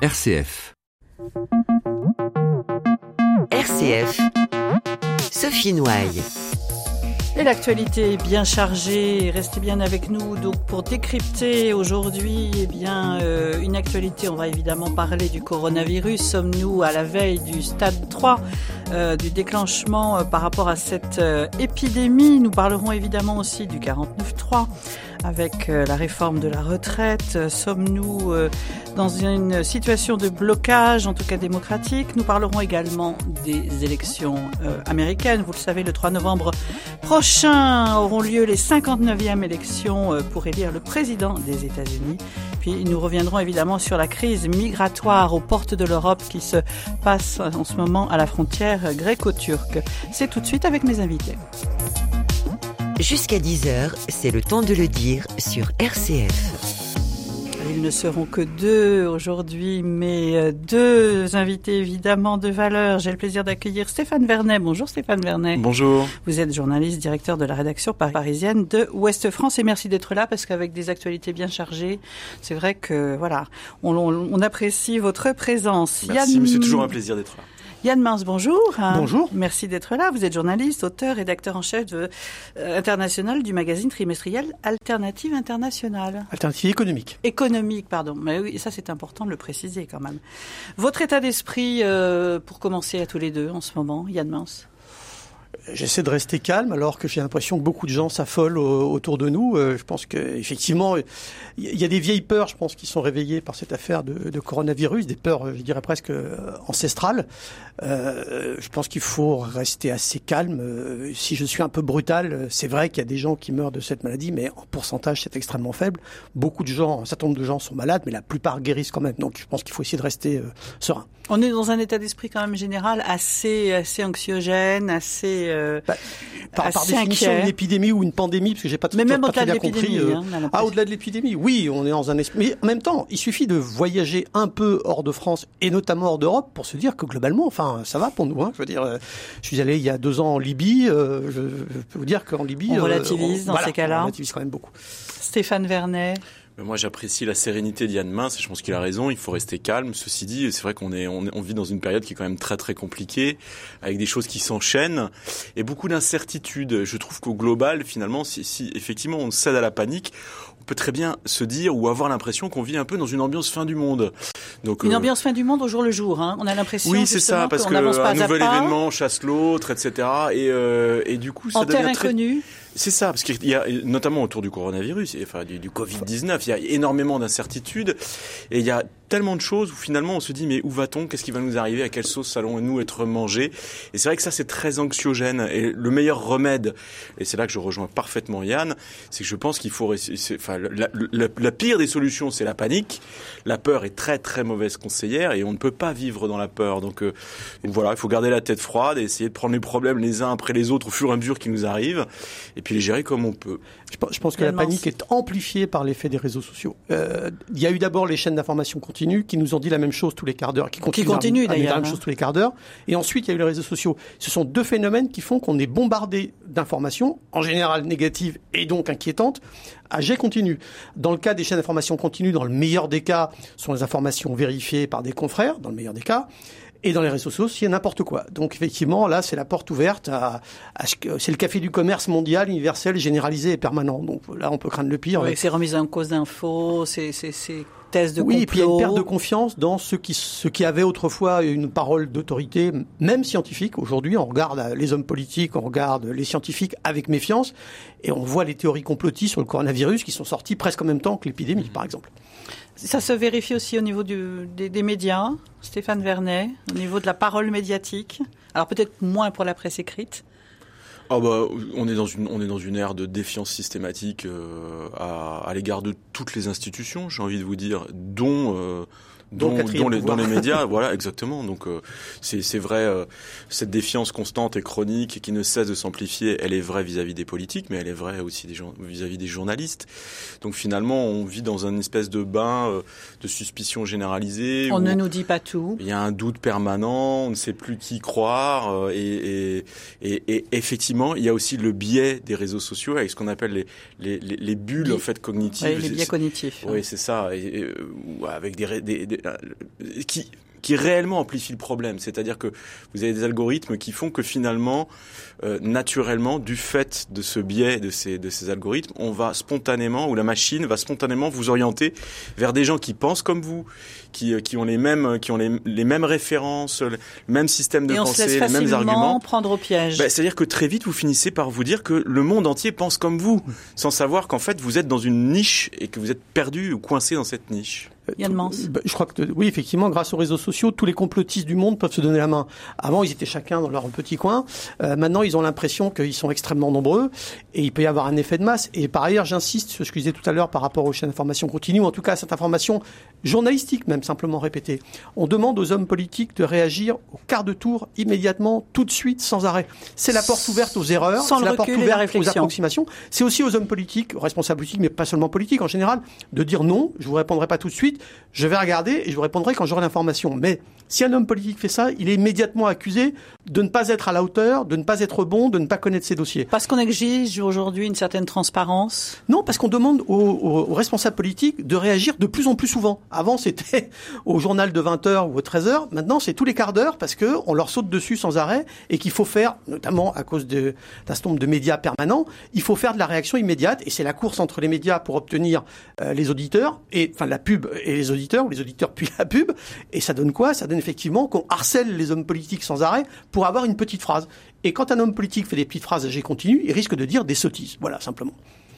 RCF. RCF, Sophie Noailles. Et l'actualité est bien chargée, restez bien avec nous. Donc pour décrypter aujourd'hui une actualité, on va évidemment parler du coronavirus. Sommes-nous à la veille du stade 3 du déclenchement par rapport à cette épidémie? Nous parlerons évidemment aussi du 49.3 avec la réforme de la retraite. Sommes-nous dans une situation de blocage, en tout cas démocratique? Nous parlerons également des élections américaines. Vous le savez, le 3 novembre prochain auront lieu les 59e élections pour élire le président des États-Unis. Puis nous reviendrons évidemment sur la crise migratoire aux portes de l'Europe qui se passe en ce moment à la frontière gréco-turque. C'est tout de suite avec mes invités. Jusqu'à 10h, c'est le temps de le dire sur RCF. Ils ne seront que deux aujourd'hui, mais deux invités évidemment de valeur. J'ai le plaisir d'accueillir Stéphane Vernet. Bonjour Stéphane Vernet. Bonjour. Vous êtes journaliste, directeur de la rédaction parisienne de Ouest France et merci d'être là parce qu'avec des actualités bien chargées, c'est vrai que voilà, on apprécie votre présence. Merci, mais c'est toujours un plaisir d'être là. Yann Mars, bonjour. Bonjour. Merci d'être là. Vous êtes journaliste, auteur, rédacteur en chef international du magazine trimestriel Alternative Internationale. Alternative économique. Économique, pardon. Mais oui, ça c'est important de le préciser quand même. Votre état d'esprit, pour commencer à tous les deux en ce moment, Yann Mars? J'essaie de rester calme alors que j'ai l'impression que beaucoup de gens s'affolent autour de nous. Je pense qu'effectivement, il y a des vieilles peurs, je pense, qui sont réveillées par cette affaire de coronavirus, des peurs, je dirais presque ancestrales. Je pense qu'il faut rester assez calme. Si je suis un peu brutal, c'est vrai qu'il y a des gens qui meurent de cette maladie, mais en pourcentage, c'est extrêmement faible. Beaucoup de gens, un certain nombre de gens sont malades, mais la plupart guérissent quand même. Donc je pense qu'il faut essayer de rester serein. On est dans un état d'esprit quand même général assez anxiogène, assez par définition inquiet. Une épidémie ou une pandémie, parce que j'ai pas tout mais même pas au-delà très de bien compris. l'épidémie, Au-delà de l'épidémie, oui, on est dans un esprit. Mais en même temps, il suffit de voyager un peu hors de France et notamment hors d'Europe pour se dire que globalement, enfin, ça va pour nous. Je veux dire, je suis allé il y a 2 ans en Libye. Je peux vous dire qu'en Libye, on relativise dans ces cas-là. On relativise quand même beaucoup. Stéphane Vernet. Moi, j'apprécie la sérénité d'Yann Mins et je pense qu'il a raison. Il faut rester calme. Ceci dit, c'est vrai qu'on vit dans une période qui est quand même très très compliquée, avec des choses qui s'enchaînent et beaucoup d'incertitudes. Je trouve qu'au global, finalement, si effectivement on cède à la panique, on peut très bien se dire ou avoir l'impression qu'on vit un peu dans une ambiance fin du monde. Donc, une ambiance fin du monde au jour le jour. On a l'impression. Oui, c'est ça, parce qu'un nouvel événement chasse l'autre, etc. Et du coup, ça en devient terre inconnue. C'est ça, parce qu'il y a, notamment autour du coronavirus, enfin du Covid-19, il y a énormément d'incertitudes et il y a tellement de choses où finalement on se dit mais où va-t-on? Qu'est-ce qui va nous arriver? À quelle sauce allons-nous être mangés? Et c'est vrai que ça c'est très anxiogène et le meilleur remède, et c'est là que je rejoins parfaitement Yann, c'est que je pense qu'il faut, la pire des solutions c'est la panique. La peur est très très mauvaise conseillère et on ne peut pas vivre dans la peur. Donc voilà, il faut garder la tête froide et essayer de prendre les problèmes les uns après les autres au fur et à mesure qu'ils nous arrivent et puis les gérer comme on peut. Je pense que la panique est amplifiée par l'effet des réseaux sociaux. Il y a eu d'abord les chaînes d'information continue qui nous ont dit la même chose tous les quarts d'heure, qui continuent d'ailleurs, la même chose tous les quarts d'heure. Et ensuite, il y a eu les réseaux sociaux. Ce sont deux phénomènes qui font qu'on est bombardé d'informations, en général négatives et donc inquiétantes, à jet continu. Dans le cas des chaînes d'information continue, dans le meilleur des cas, ce sont les informations vérifiées par des confrères, dans le meilleur des cas. Et dans les réseaux sociaux, il y a n'importe quoi. Donc effectivement, là, c'est la porte ouverte c'est le café du commerce mondial, universel, généralisé et permanent. Donc là, on peut craindre le pire. Avec ces remises en cause d'infos, ces thèses de complot. Oui, et puis il y a une perte de confiance dans ceux qui avaient autrefois une parole d'autorité, même scientifique. Aujourd'hui, on regarde les hommes politiques, on regarde les scientifiques avec méfiance, et on voit les théories complotistes sur le coronavirus qui sont sorties presque en même temps que l'épidémie, par exemple. Ça se vérifie aussi au niveau des médias, Stéphane Vernet, au niveau de la parole médiatique. Alors peut-être moins pour la presse écrite. On est dans une ère de défiance systématique à l'égard de toutes les institutions, j'ai envie de vous dire, dont les médias, voilà, exactement. Donc c'est vrai, cette défiance constante et chronique qui ne cesse de s'amplifier, elle est vraie vis-à-vis des politiques, mais elle est vraie aussi vis-à-vis des journalistes. Donc finalement, on vit dans une espèce de bain de suspicion généralisée. On ne nous dit pas tout. Il y a un doute permanent, on ne sait plus qui croire, et effectivement, il y a aussi le biais des réseaux sociaux avec ce qu'on appelle les bulles en fait cognitives. Oui, les biais cognitifs. Oui, c'est ça. Avec qui réellement amplifie le problème. C'est-à-dire que vous avez des algorithmes qui font que finalement, naturellement, du fait de ce biais de ces algorithmes, on va spontanément, ou la machine va spontanément vous orienter vers des gens qui pensent comme vous, qui ont les mêmes références, le même système de pensée, les mêmes arguments. Et on se laisse facilement prendre au piège. C'est-à-dire que très vite, vous finissez par vous dire que le monde entier pense comme vous, sans savoir qu'en fait, vous êtes dans une niche et que vous êtes perdu ou coincé dans cette niche. Yann Mans. Je crois que oui, effectivement, grâce aux réseaux sociaux, tous les complotistes du monde peuvent se donner la main. Avant, ils étaient chacun dans leur petit coin. Maintenant, ils ont l'impression qu'ils sont extrêmement nombreux et il peut y avoir un effet de masse. Et par ailleurs, j'insiste sur ce que je disais tout à l'heure par rapport aux chaînes d'information continue, ou en tout cas à cette information journalistique, même simplement répétée. On demande aux hommes politiques de réagir au quart de tour, immédiatement, tout de suite, sans arrêt. C'est la porte ouverte aux erreurs, c'est la porte ouverte aux approximations. C'est aussi aux hommes politiques, aux responsables politiques, mais pas seulement politiques en général, de dire non, je vous répondrai pas tout de suite. Je vais regarder et je vous répondrai quand j'aurai l'information. Mais si un homme politique fait ça, il est immédiatement accusé de ne pas être à la hauteur, de ne pas être bon, de ne pas connaître ses dossiers. Parce qu'on exige aujourd'hui une certaine transparence ? Non, parce qu'on demande aux responsables politiques de réagir de plus en plus souvent. Avant, c'était au journal de 20h ou aux 13h. Maintenant, c'est tous les quarts d'heure parce que on leur saute dessus sans arrêt et qu'il faut faire, notamment à cause d'un certain nombre de médias permanents, il faut faire de la réaction immédiate et c'est la course entre les médias pour obtenir les auditeurs, la pub et les auditeurs, ou les auditeurs puis la pub. Et ça donne quoi ? Ça donne effectivement qu'on harcèle les hommes politiques sans arrêt pour avoir une petite phrase. Et quand un homme politique fait des petites phrases âgées continues, il risque de dire des sottises. Voilà, simplement.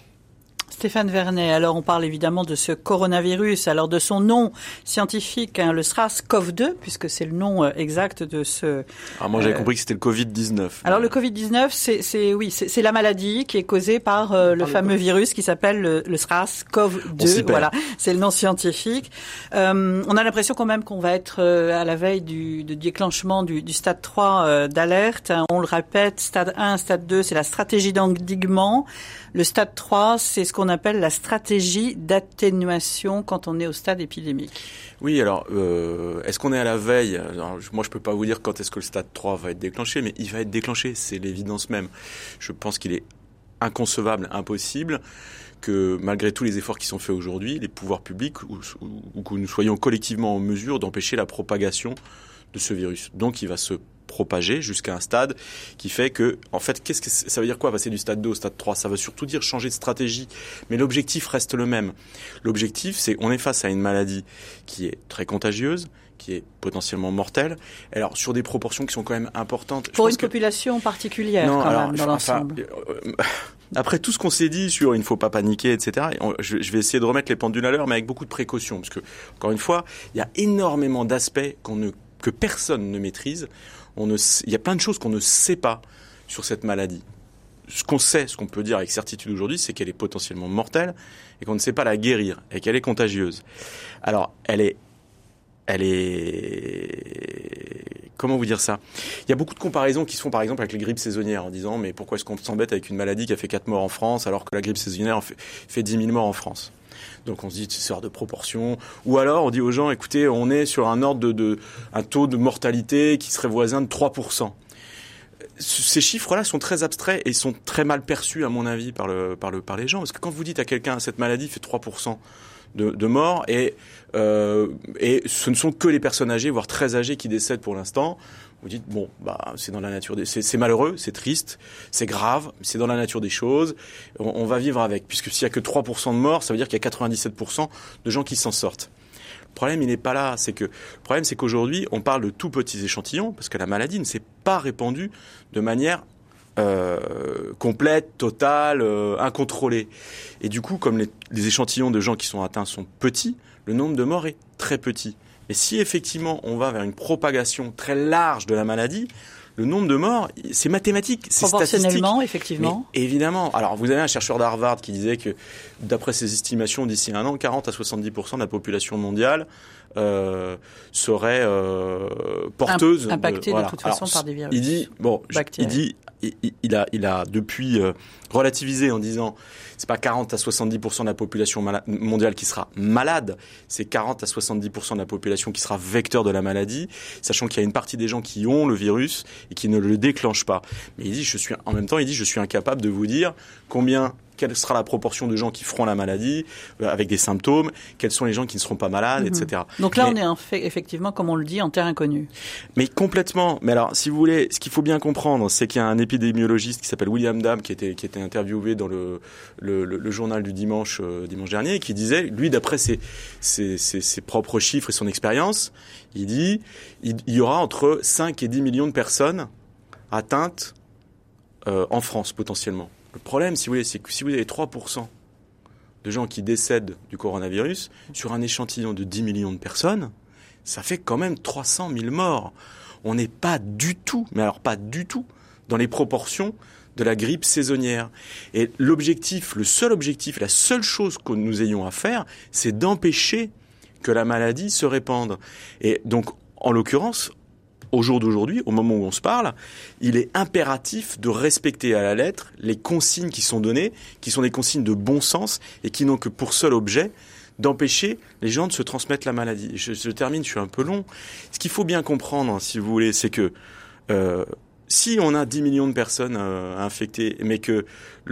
Stéphane Vernet, alors on parle évidemment de ce coronavirus, alors de son nom scientifique, le SARS-CoV-2, puisque c'est le nom exact de ce... Alors moi j'avais compris que c'était le Covid-19. Alors le Covid-19, c'est la maladie qui est causée par le fameux virus qui s'appelle le SARS-CoV-2. Voilà, c'est le nom scientifique. On a l'impression quand même qu'on va être à la veille du déclenchement du stade 3 d'alerte. On le répète, stade 1, stade 2, c'est la stratégie d'endiguement. Le stade 3, c'est ce qu'on appelle la stratégie d'atténuation quand on est au stade épidémique. Oui, alors, est-ce qu'on est à la veille ? Alors, moi, je peux pas vous dire quand est-ce que le stade 3 va être déclenché, mais il va être déclenché, c'est l'évidence même. Je pense qu'il est inconcevable, impossible, que malgré tous les efforts qui sont faits aujourd'hui, les pouvoirs publics, ou que nous soyons collectivement en mesure d'empêcher la propagation de ce virus. Donc, il va se propager jusqu'à un stade qui fait que, en fait, qu'est-ce que ça veut dire quoi, passer du stade 2 au stade 3 ? Ça veut surtout dire changer de stratégie. Mais l'objectif reste le même. L'objectif, c'est on est face à une maladie qui est très contagieuse, qui est potentiellement mortelle. Alors, sur des proportions qui sont quand même importantes. Pour une population particulière, non, quand même, dans l'ensemble. Après tout ce qu'on s'est dit sur il ne faut pas paniquer, etc., je vais essayer de remettre les pendules à l'heure, mais avec beaucoup de précautions. Parce que, encore une fois, il y a énormément d'aspects que personne ne maîtrise. Il y a plein de choses qu'on ne sait pas sur cette maladie. Ce qu'on peut dire avec certitude aujourd'hui, c'est qu'elle est potentiellement mortelle et qu'on ne sait pas la guérir et qu'elle est contagieuse. Alors, elle est... Comment vous dire ça ? Il y a beaucoup de comparaisons qui se font par exemple avec les grippes saisonnières en disant mais pourquoi est-ce qu'on s'embête avec une maladie qui a fait 4 morts en France alors que la grippe saisonnière fait 10 000 morts en France ? Donc on se dit c'est hors de proportion. Ou alors on dit aux gens écoutez, on est sur un ordre un taux de mortalité qui serait voisin de 3%. Ces chiffres-là sont très abstraits et sont très mal perçus à mon avis par les gens. Parce que quand vous dites à quelqu'un cette maladie fait 3% de morts et ce ne sont que les personnes âgées, voire très âgées qui décèdent pour l'instant. Vous dites bon, c'est dans la nature c'est malheureux, c'est triste, c'est grave, c'est dans la nature des choses. On va vivre avec, puisque s'il y a que 3% de morts, ça veut dire qu'il y a 97% de gens qui s'en sortent. Le problème, il n'est pas là. Le problème, c'est qu'aujourd'hui, on parle de tout petits échantillons parce que la maladie ne s'est pas répandue de manière complète, totale, incontrôlée. Et du coup, comme les échantillons de gens qui sont atteints sont petits, le nombre de morts est très petit. Mais si effectivement on va vers une propagation très large de la maladie, le nombre de morts, c'est mathématique, c'est statistique. Proportionnellement, effectivement. Mais évidemment. Alors vous avez un chercheur d'Harvard qui disait que, d'après ses estimations, d'ici un an, 40 à 70% de la population mondiale serait porteuse. Impactée de toute façon par des virus. Il dit, il a depuis relativisé en disant c'est pas 40 à 70% de la population mondiale qui sera malade, c'est 40 à 70% de la population qui sera vecteur de la maladie, sachant qu'il y a une partie des gens qui ont le virus et qui ne le déclenchent pas. Mais il dit je suis incapable de vous dire combien quelle sera la proportion de gens qui feront la maladie avec des symptômes, quels sont les gens qui ne seront pas malades, etc. Donc là, on est effectivement, comme on le dit, en terre inconnue. Mais complètement. Mais alors, si vous voulez, ce qu'il faut bien comprendre, c'est qu'il y a un épidémiologiste qui s'appelle William Dam, qui était interviewé dans le journal du dimanche dernier, qui disait, lui, d'après ses propres chiffres et son expérience, il dit, il y aura entre 5 et 10 millions de personnes atteintes en France, potentiellement. Le problème, si vous voulez, c'est que si vous avez 3% de gens qui décèdent du coronavirus, sur un échantillon de 10 millions de personnes, ça fait quand même 300 000 morts. On n'est pas du tout, mais alors pas du tout, dans les proportions de la grippe saisonnière. Et l'objectif, le seul objectif, la seule chose que nous ayons à faire, c'est d'empêcher que la maladie se répande. Et donc, en l'occurrence, au jour d'aujourd'hui, au moment où on se parle, il est impératif de respecter à la lettre les consignes qui sont données, qui sont des consignes de bon sens et qui n'ont que pour seul objet d'empêcher les gens de se transmettre la maladie. Je termine, je suis un peu long. Ce qu'il faut bien comprendre, si vous voulez, c'est que si on a 10 millions de personnes infectées, mais que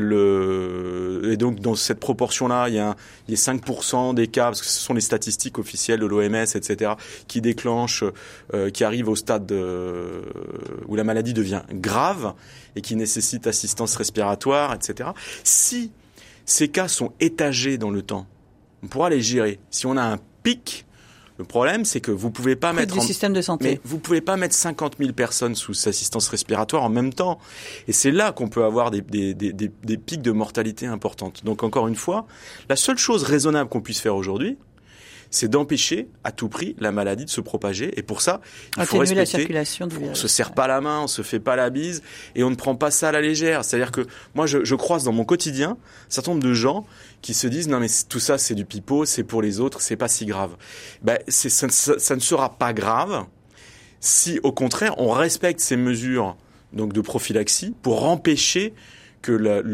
et donc dans cette proportion-là, il y a 5% des cas, parce que ce sont les statistiques officielles de l'OMS, etc., qui déclenchent, qui arrivent au stade où la maladie devient grave et qui nécessite assistance respiratoire, etc. Si ces cas sont étagés dans le temps, on pourra les gérer. Si on a un pic, le problème, c'est que vous pouvez pas mettre système de santé. Mais vous pouvez pas mettre 50 000 personnes sous assistance respiratoire en même temps. Et c'est là qu'on peut avoir des pics de mortalité importantes. Donc encore une fois, la seule chose raisonnable qu'on puisse faire aujourd'hui, c'est d'empêcher à tout prix la maladie de se propager. Et pour ça, il faut respecter. La circulation du virus. On se serre pas la main, on se fait pas la bise, et on ne prend pas ça à la légère. C'est-à-dire que moi, je croise dans mon quotidien un certain nombre de gens qui se disent non mais tout ça c'est du pipeau, c'est pour les autres, c'est pas si grave. Ça ne sera pas grave si au contraire on respecte ces mesures donc de prophylaxie pour empêcher que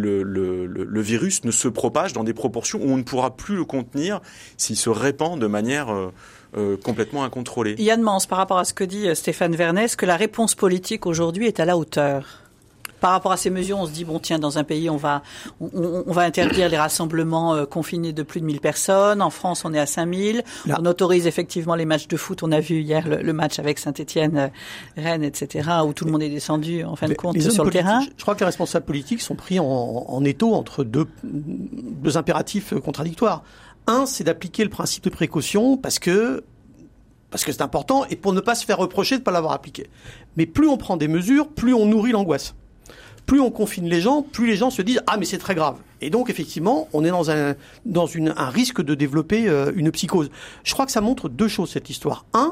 le virus ne se propage dans des proportions où on ne pourra plus le contenir s'il se répand de manière complètement incontrôlée. Yann Mans, par rapport à ce que dit Stéphane Vernet, est-ce que la réponse politique aujourd'hui est à la hauteur ? Par rapport à ces mesures, on se dit, bon, tiens, dans un pays, on va interdire les rassemblements confinés de plus de 1000 personnes. En France, on est à 5000. Là. On autorise effectivement les matchs de foot. On a vu hier le match avec Saint-Étienne, Rennes, etc., où tout le monde est descendu, en fin de compte, sur le terrain. Je crois que les responsables politiques sont pris en étau entre deux impératifs contradictoires. Un, c'est d'appliquer le principe de précaution parce que c'est important et pour ne pas se faire reprocher de ne pas l'avoir appliqué. Mais plus on prend des mesures, plus on nourrit l'angoisse. Plus on confine les gens, plus les gens se disent « Ah, mais c'est très grave ». Et donc, effectivement, on est dans un risque de développer une psychose. Je crois que ça montre deux choses, cette histoire. Un,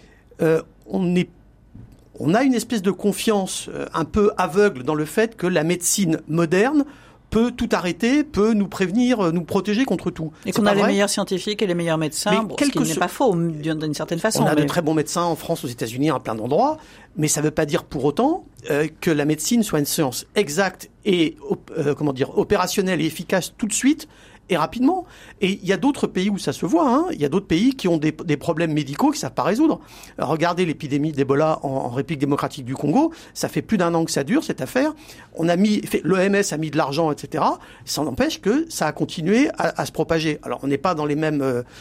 on a une espèce de confiance un peu aveugle dans le fait que la médecine moderne peut tout arrêter, peut nous prévenir, nous protéger contre tout. Et qu'on a les meilleurs scientifiques et les meilleurs médecins, ce qui n'est pas faux d'une certaine façon. On a de très bons médecins en France, aux États-Unis, à plein d'endroits, mais ça ne veut pas dire pour autant que la médecine soit une science exacte et opérationnelle et efficace tout de suite et rapidement. Et il y a d'autres pays où ça se voit. Hein. Il y a d'autres pays qui ont des problèmes médicaux qu'ils ne savent pas résoudre. Alors, regardez l'épidémie d'Ebola en République démocratique du Congo. Ça fait plus d'1 an que ça dure, cette affaire. L'OMS a mis de l'argent, etc. Ça n'empêche que ça a continué à se propager. Alors, on n'est pas dans les mêmes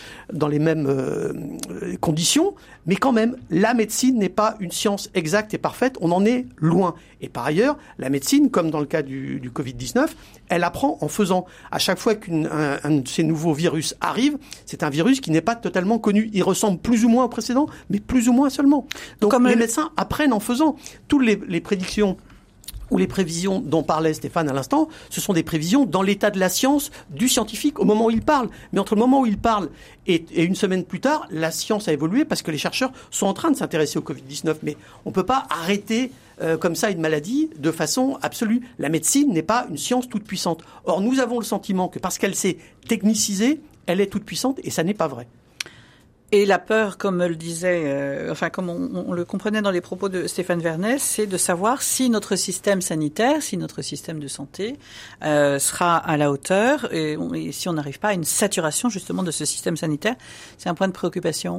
conditions, mais quand même, la médecine n'est pas une science exacte et parfaite. On en est loin. Et par ailleurs, la médecine, comme dans le cas du Covid-19, elle apprend en faisant. À chaque fois qu'un de ces nouveaux virus arrive, c'est un virus qui n'est pas totalement connu. Il ressemble plus ou moins au précédent, mais plus ou moins seulement. Donc les médecins apprennent en faisant. Toutes les prédictions ou les prévisions dont parlait Stéphane à l'instant, ce sont des prévisions dans l'état de la science du scientifique au moment où il parle. Mais entre le moment où il parle et une semaine plus tard, la science a évolué parce que les chercheurs sont en train de s'intéresser au Covid-19. Mais on ne peut pas arrêter comme ça une maladie de façon absolue. La médecine n'est pas une science toute puissante. Or, nous avons le sentiment que parce qu'elle s'est technicisée, elle est toute puissante et ça n'est pas vrai. Et la peur, comme le disait, comme on le comprenait dans les propos de Stéphane Vernet, c'est de savoir si notre système sanitaire, si notre système de santé sera à la hauteur et si on n'arrive pas à une saturation justement de ce système sanitaire. C'est un point de préoccupation.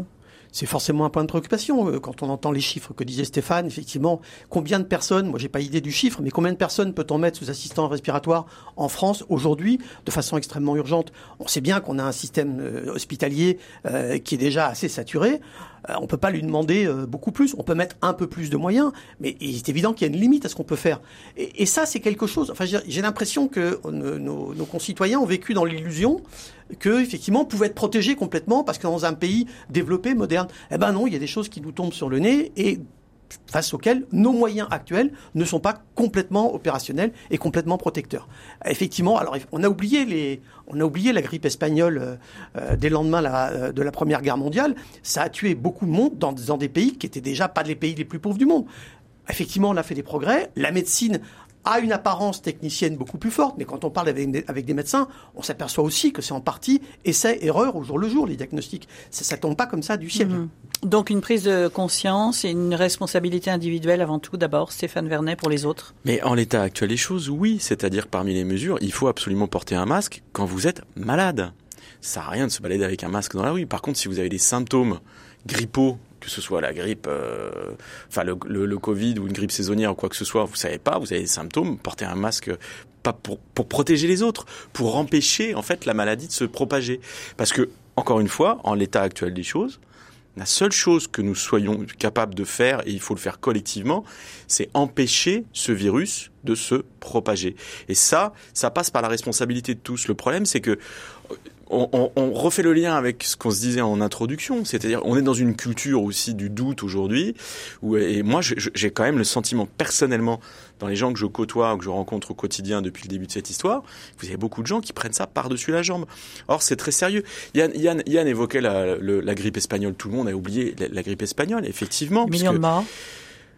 c'est forcément un point de préoccupation. Quand on entend les chiffres que disait Stéphane, effectivement, combien de personnes, moi j'ai pas idée du chiffre, mais combien de personnes peut-on mettre sous assistance respiratoire en France aujourd'hui de façon extrêmement urgente? On sait bien qu'on a un système hospitalier qui est déjà assez saturé. On peut pas lui demander beaucoup plus. On peut mettre un peu plus de moyens, mais il est évident qu'il y a une limite à ce qu'on peut faire. Et ça, c'est quelque chose. Enfin, j'ai l'impression que nos concitoyens ont vécu dans l'illusion que effectivement on pouvait être protégé complètement parce que dans un pays développé, moderne, eh ben non, il y a des choses qui nous tombent sur le nez et face auxquelles nos moyens actuels ne sont pas complètement opérationnels et complètement protecteurs. Effectivement, alors on a oublié la grippe espagnole dès le lendemain de la Première Guerre mondiale. Ça a tué beaucoup de monde dans des pays qui étaient déjà pas les pays les plus pauvres du monde. Effectivement, on a fait des progrès. La médecine a une apparence technicienne beaucoup plus forte, mais quand on parle avec des médecins, on s'aperçoit aussi que c'est en partie essai-erreur au jour le jour, les diagnostics. Ça tombe pas comme ça du ciel. Mmh. Donc une prise de conscience et une responsabilité individuelle avant tout, d'abord, Stéphane Vernet, pour les autres. Mais en l'état actuel des choses, oui. C'est-à-dire, parmi les mesures, il faut absolument porter un masque quand vous êtes malade. Ça sert à rien de se balader avec un masque dans la rue. Par contre, si vous avez des symptômes grippaux, que ce soit la grippe, le Covid ou une grippe saisonnière ou quoi que ce soit, vous savez pas, vous avez des symptômes, portez un masque pas pour protéger les autres, pour empêcher en fait la maladie de se propager. Parce que, encore une fois, en l'état actuel des choses, la seule chose que nous soyons capables de faire, et il faut le faire collectivement, c'est empêcher ce virus de se propager. Et ça passe par la responsabilité de tous. Le problème, c'est que on refait le lien avec ce qu'on se disait en introduction, c'est-à-dire on est dans une culture aussi du doute aujourd'hui, et moi j'ai quand même le sentiment personnellement, dans les gens que je côtoie ou que je rencontre au quotidien depuis le début de cette histoire, vous avez beaucoup de gens qui prennent ça par-dessus la jambe. Or c'est très sérieux. Yann évoquait la grippe espagnole, tout le monde a oublié la grippe espagnole, effectivement. Des millions de morts. Pardon ?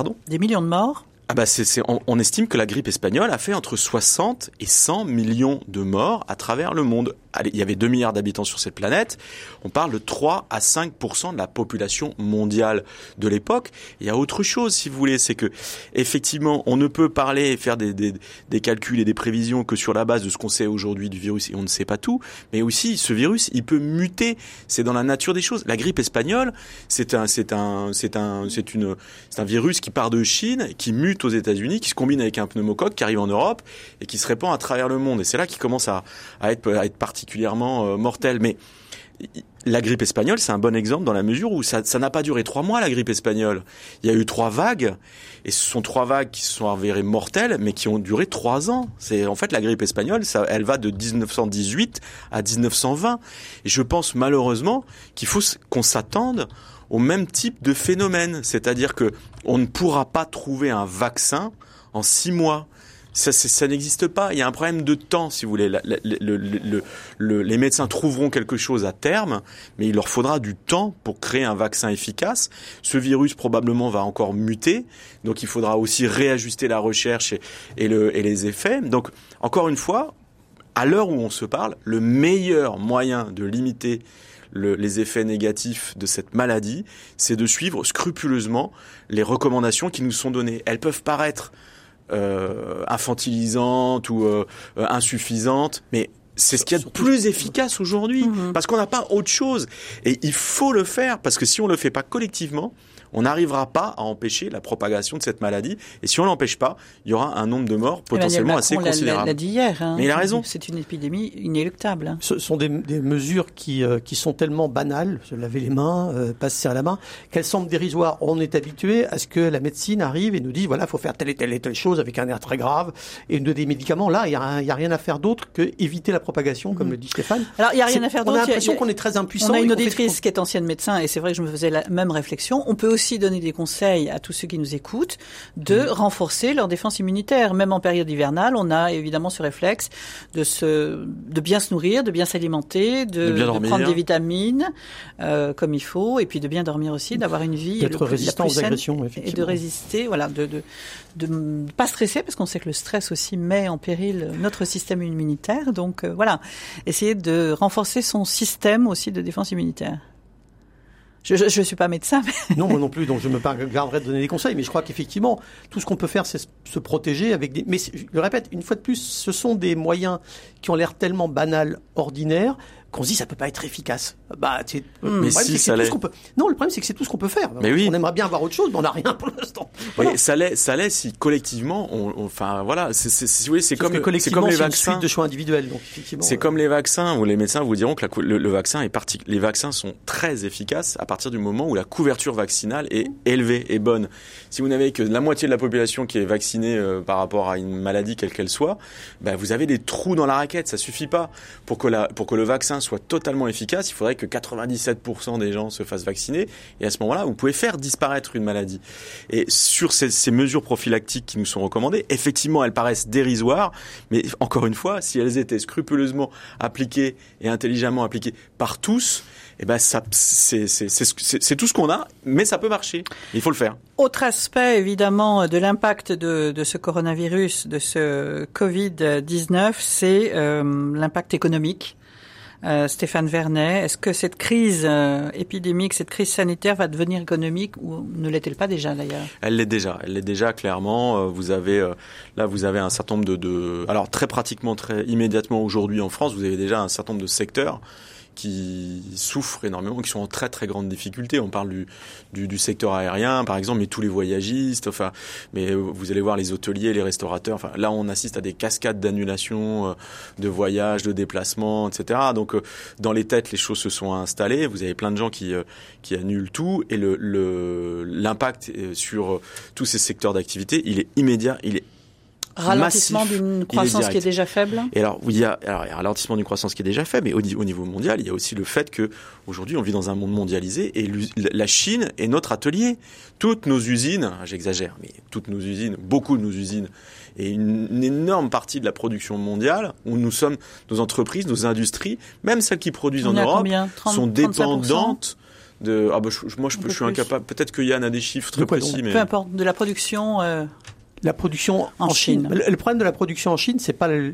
Des millions de morts. Ah bah on estime que la grippe espagnole a fait entre 60 et 100 millions de morts à travers le monde. Allez, il y avait 2 milliards d'habitants sur cette planète. On parle de 3 à 5% de la population mondiale de l'époque. Il y a autre chose, si vous voulez, c'est que effectivement, on ne peut parler et faire des calculs et des prévisions que sur la base de ce qu'on sait aujourd'hui du virus, et on ne sait pas tout. Mais aussi, ce virus, il peut muter. C'est dans la nature des choses. La grippe espagnole, c'est un virus qui part de Chine, qui mute aux États-Unis, qui se combine avec un pneumocoque qui arrive en Europe et qui se répand à travers le monde. Et c'est là qu'il commence à être particulièrement mortel. Mais la grippe espagnole, c'est un bon exemple dans la mesure où ça n'a pas duré 3 mois, la grippe espagnole. Il y a eu 3 vagues, et ce sont 3 vagues qui se sont avérées mortelles, mais qui ont duré 3 ans. En fait, la grippe espagnole, elle va de 1918 à 1920. Et je pense malheureusement qu'il faut qu'on s'attende au même type de phénomène. C'est-à-dire que on ne pourra pas trouver un vaccin en 6 mois. Ça n'existe pas. Il y a un problème de temps, si vous voulez. Les médecins trouveront quelque chose à terme, mais il leur faudra du temps pour créer un vaccin efficace. Ce virus probablement va encore muter, donc il faudra aussi réajuster la recherche et les effets. Donc, encore une fois, à l'heure où on se parle, le meilleur moyen de limiter les effets négatifs de cette maladie, c'est de suivre scrupuleusement les recommandations qui nous sont données. Elles peuvent paraître infantilisantes ou insuffisantes, mais c'est ce qu'il y a de plus efficace aujourd'hui, parce qu'on n'a pas autre chose. Et il faut le faire, parce que si on le fait pas collectivement, on n'arrivera pas à empêcher la propagation de cette maladie. Et si on l'empêche pas, il y aura un nombre de morts potentiellement assez considérable. L'a dit hier. Mais il a raison. C'est une épidémie inéluctable. Ce sont des mesures qui sont tellement banales, se laver les mains, pas se serrer la main, qu'elles semblent dérisoires. On est habitué à ce que la médecine arrive et nous dise voilà, faut faire telle et telle chose avec un air très grave et des médicaments. Là, il y a rien à faire d'autre que éviter la propagation, comme le dit Stéphane. Alors il y a rien à faire d'autre. On a l'impression qu'on est très impuissant. On a une auditrice qui est ancienne médecin et c'est vrai que je me faisais la même réflexion. On peut aussi donner des conseils à tous ceux qui nous écoutent de renforcer leur défense immunitaire. Même en période hivernale, on a évidemment ce réflexe de bien se nourrir, de bien s'alimenter, de prendre des vitamines comme il faut, et puis de bien dormir aussi, d'avoir une vie d'être résistant aux agressions, et de résister, voilà, de pas stresser, parce qu'on sait que le stress aussi met en péril notre système immunitaire. Donc voilà, essayer de renforcer son système aussi de défense immunitaire. Je suis pas médecin. Mais... Non, moi non plus, donc je me garderai de donner des conseils. Mais je crois qu'effectivement, tout ce qu'on peut faire, c'est se protéger avec des... Mais je le répète, une fois de plus, ce sont des moyens qui ont l'air tellement banals, ordinaires, qu'on se dit ça peut pas être efficace. Mais si ça l'est. Non, le problème c'est que c'est tout ce qu'on peut faire. Mais oui. On aimerait bien avoir autre chose, mais on n'a rien pour l'instant. Voilà. Oui, ça l'est si collectivement, enfin voilà, si vous voulez, c'est comme les vaccins. Une suite de choix individuels, donc effectivement. C'est comme les vaccins où les médecins vous diront que le vaccin est les vaccins sont très efficaces à partir du moment où la couverture vaccinale est élevée et bonne. Si vous n'avez que la moitié de la population qui est vaccinée par rapport à une maladie quelle qu'elle soit, vous avez des trous dans la raquette. Ça suffit pas pour que le vaccin soit totalement efficace. Il faudrait que 97% des gens se fassent vacciner. Et à ce moment-là, vous pouvez faire disparaître une maladie. Et sur ces mesures prophylactiques qui nous sont recommandées, effectivement, elles paraissent dérisoires. Mais encore une fois, si elles étaient scrupuleusement appliquées et intelligemment appliquées par tous, c'est tout ce qu'on a, mais ça peut marcher. Il faut le faire. Autre aspect, évidemment, de l'impact de ce coronavirus, de ce Covid-19, c'est l'impact économique. Stéphane Vernet, est-ce que cette crise épidémique, cette crise sanitaire va devenir économique ou ne l'est-elle pas déjà d'ailleurs ? Elle l'est déjà clairement. Vous avez un certain nombre alors très pratiquement, très immédiatement aujourd'hui en France, vous avez déjà un certain nombre de secteurs qui souffrent énormément, qui sont en très très grande difficulté. On parle du secteur aérien, par exemple, mais tous les voyagistes, mais vous allez voir les hôteliers, les restaurateurs. Là, on assiste à des cascades d'annulations de voyages, de déplacements, etc. Donc, dans les têtes, les choses se sont installées. Vous avez plein de gens qui annulent tout, et l'impact sur tous ces secteurs d'activité, il est immédiat, il est ralentissement d'une croissance qui est déjà faible. Et alors, il y a un ralentissement d'une croissance qui est déjà faible, mais au niveau mondial, il y a aussi le fait que aujourd'hui, on vit dans un monde mondialisé et la Chine est notre atelier. Toutes nos usines, j'exagère, mais toutes nos usines, beaucoup de nos usines, et une énorme partie de la production mondiale, où nous sommes, nos entreprises, nos industries, même celles qui produisent en Europe, sont dépendantes de. Moi, je suis incapable. Peut-être que Yann a des chiffres très précis, mais peu importe, de la production. La production en Chine. Le problème de la production en Chine, c'est pas le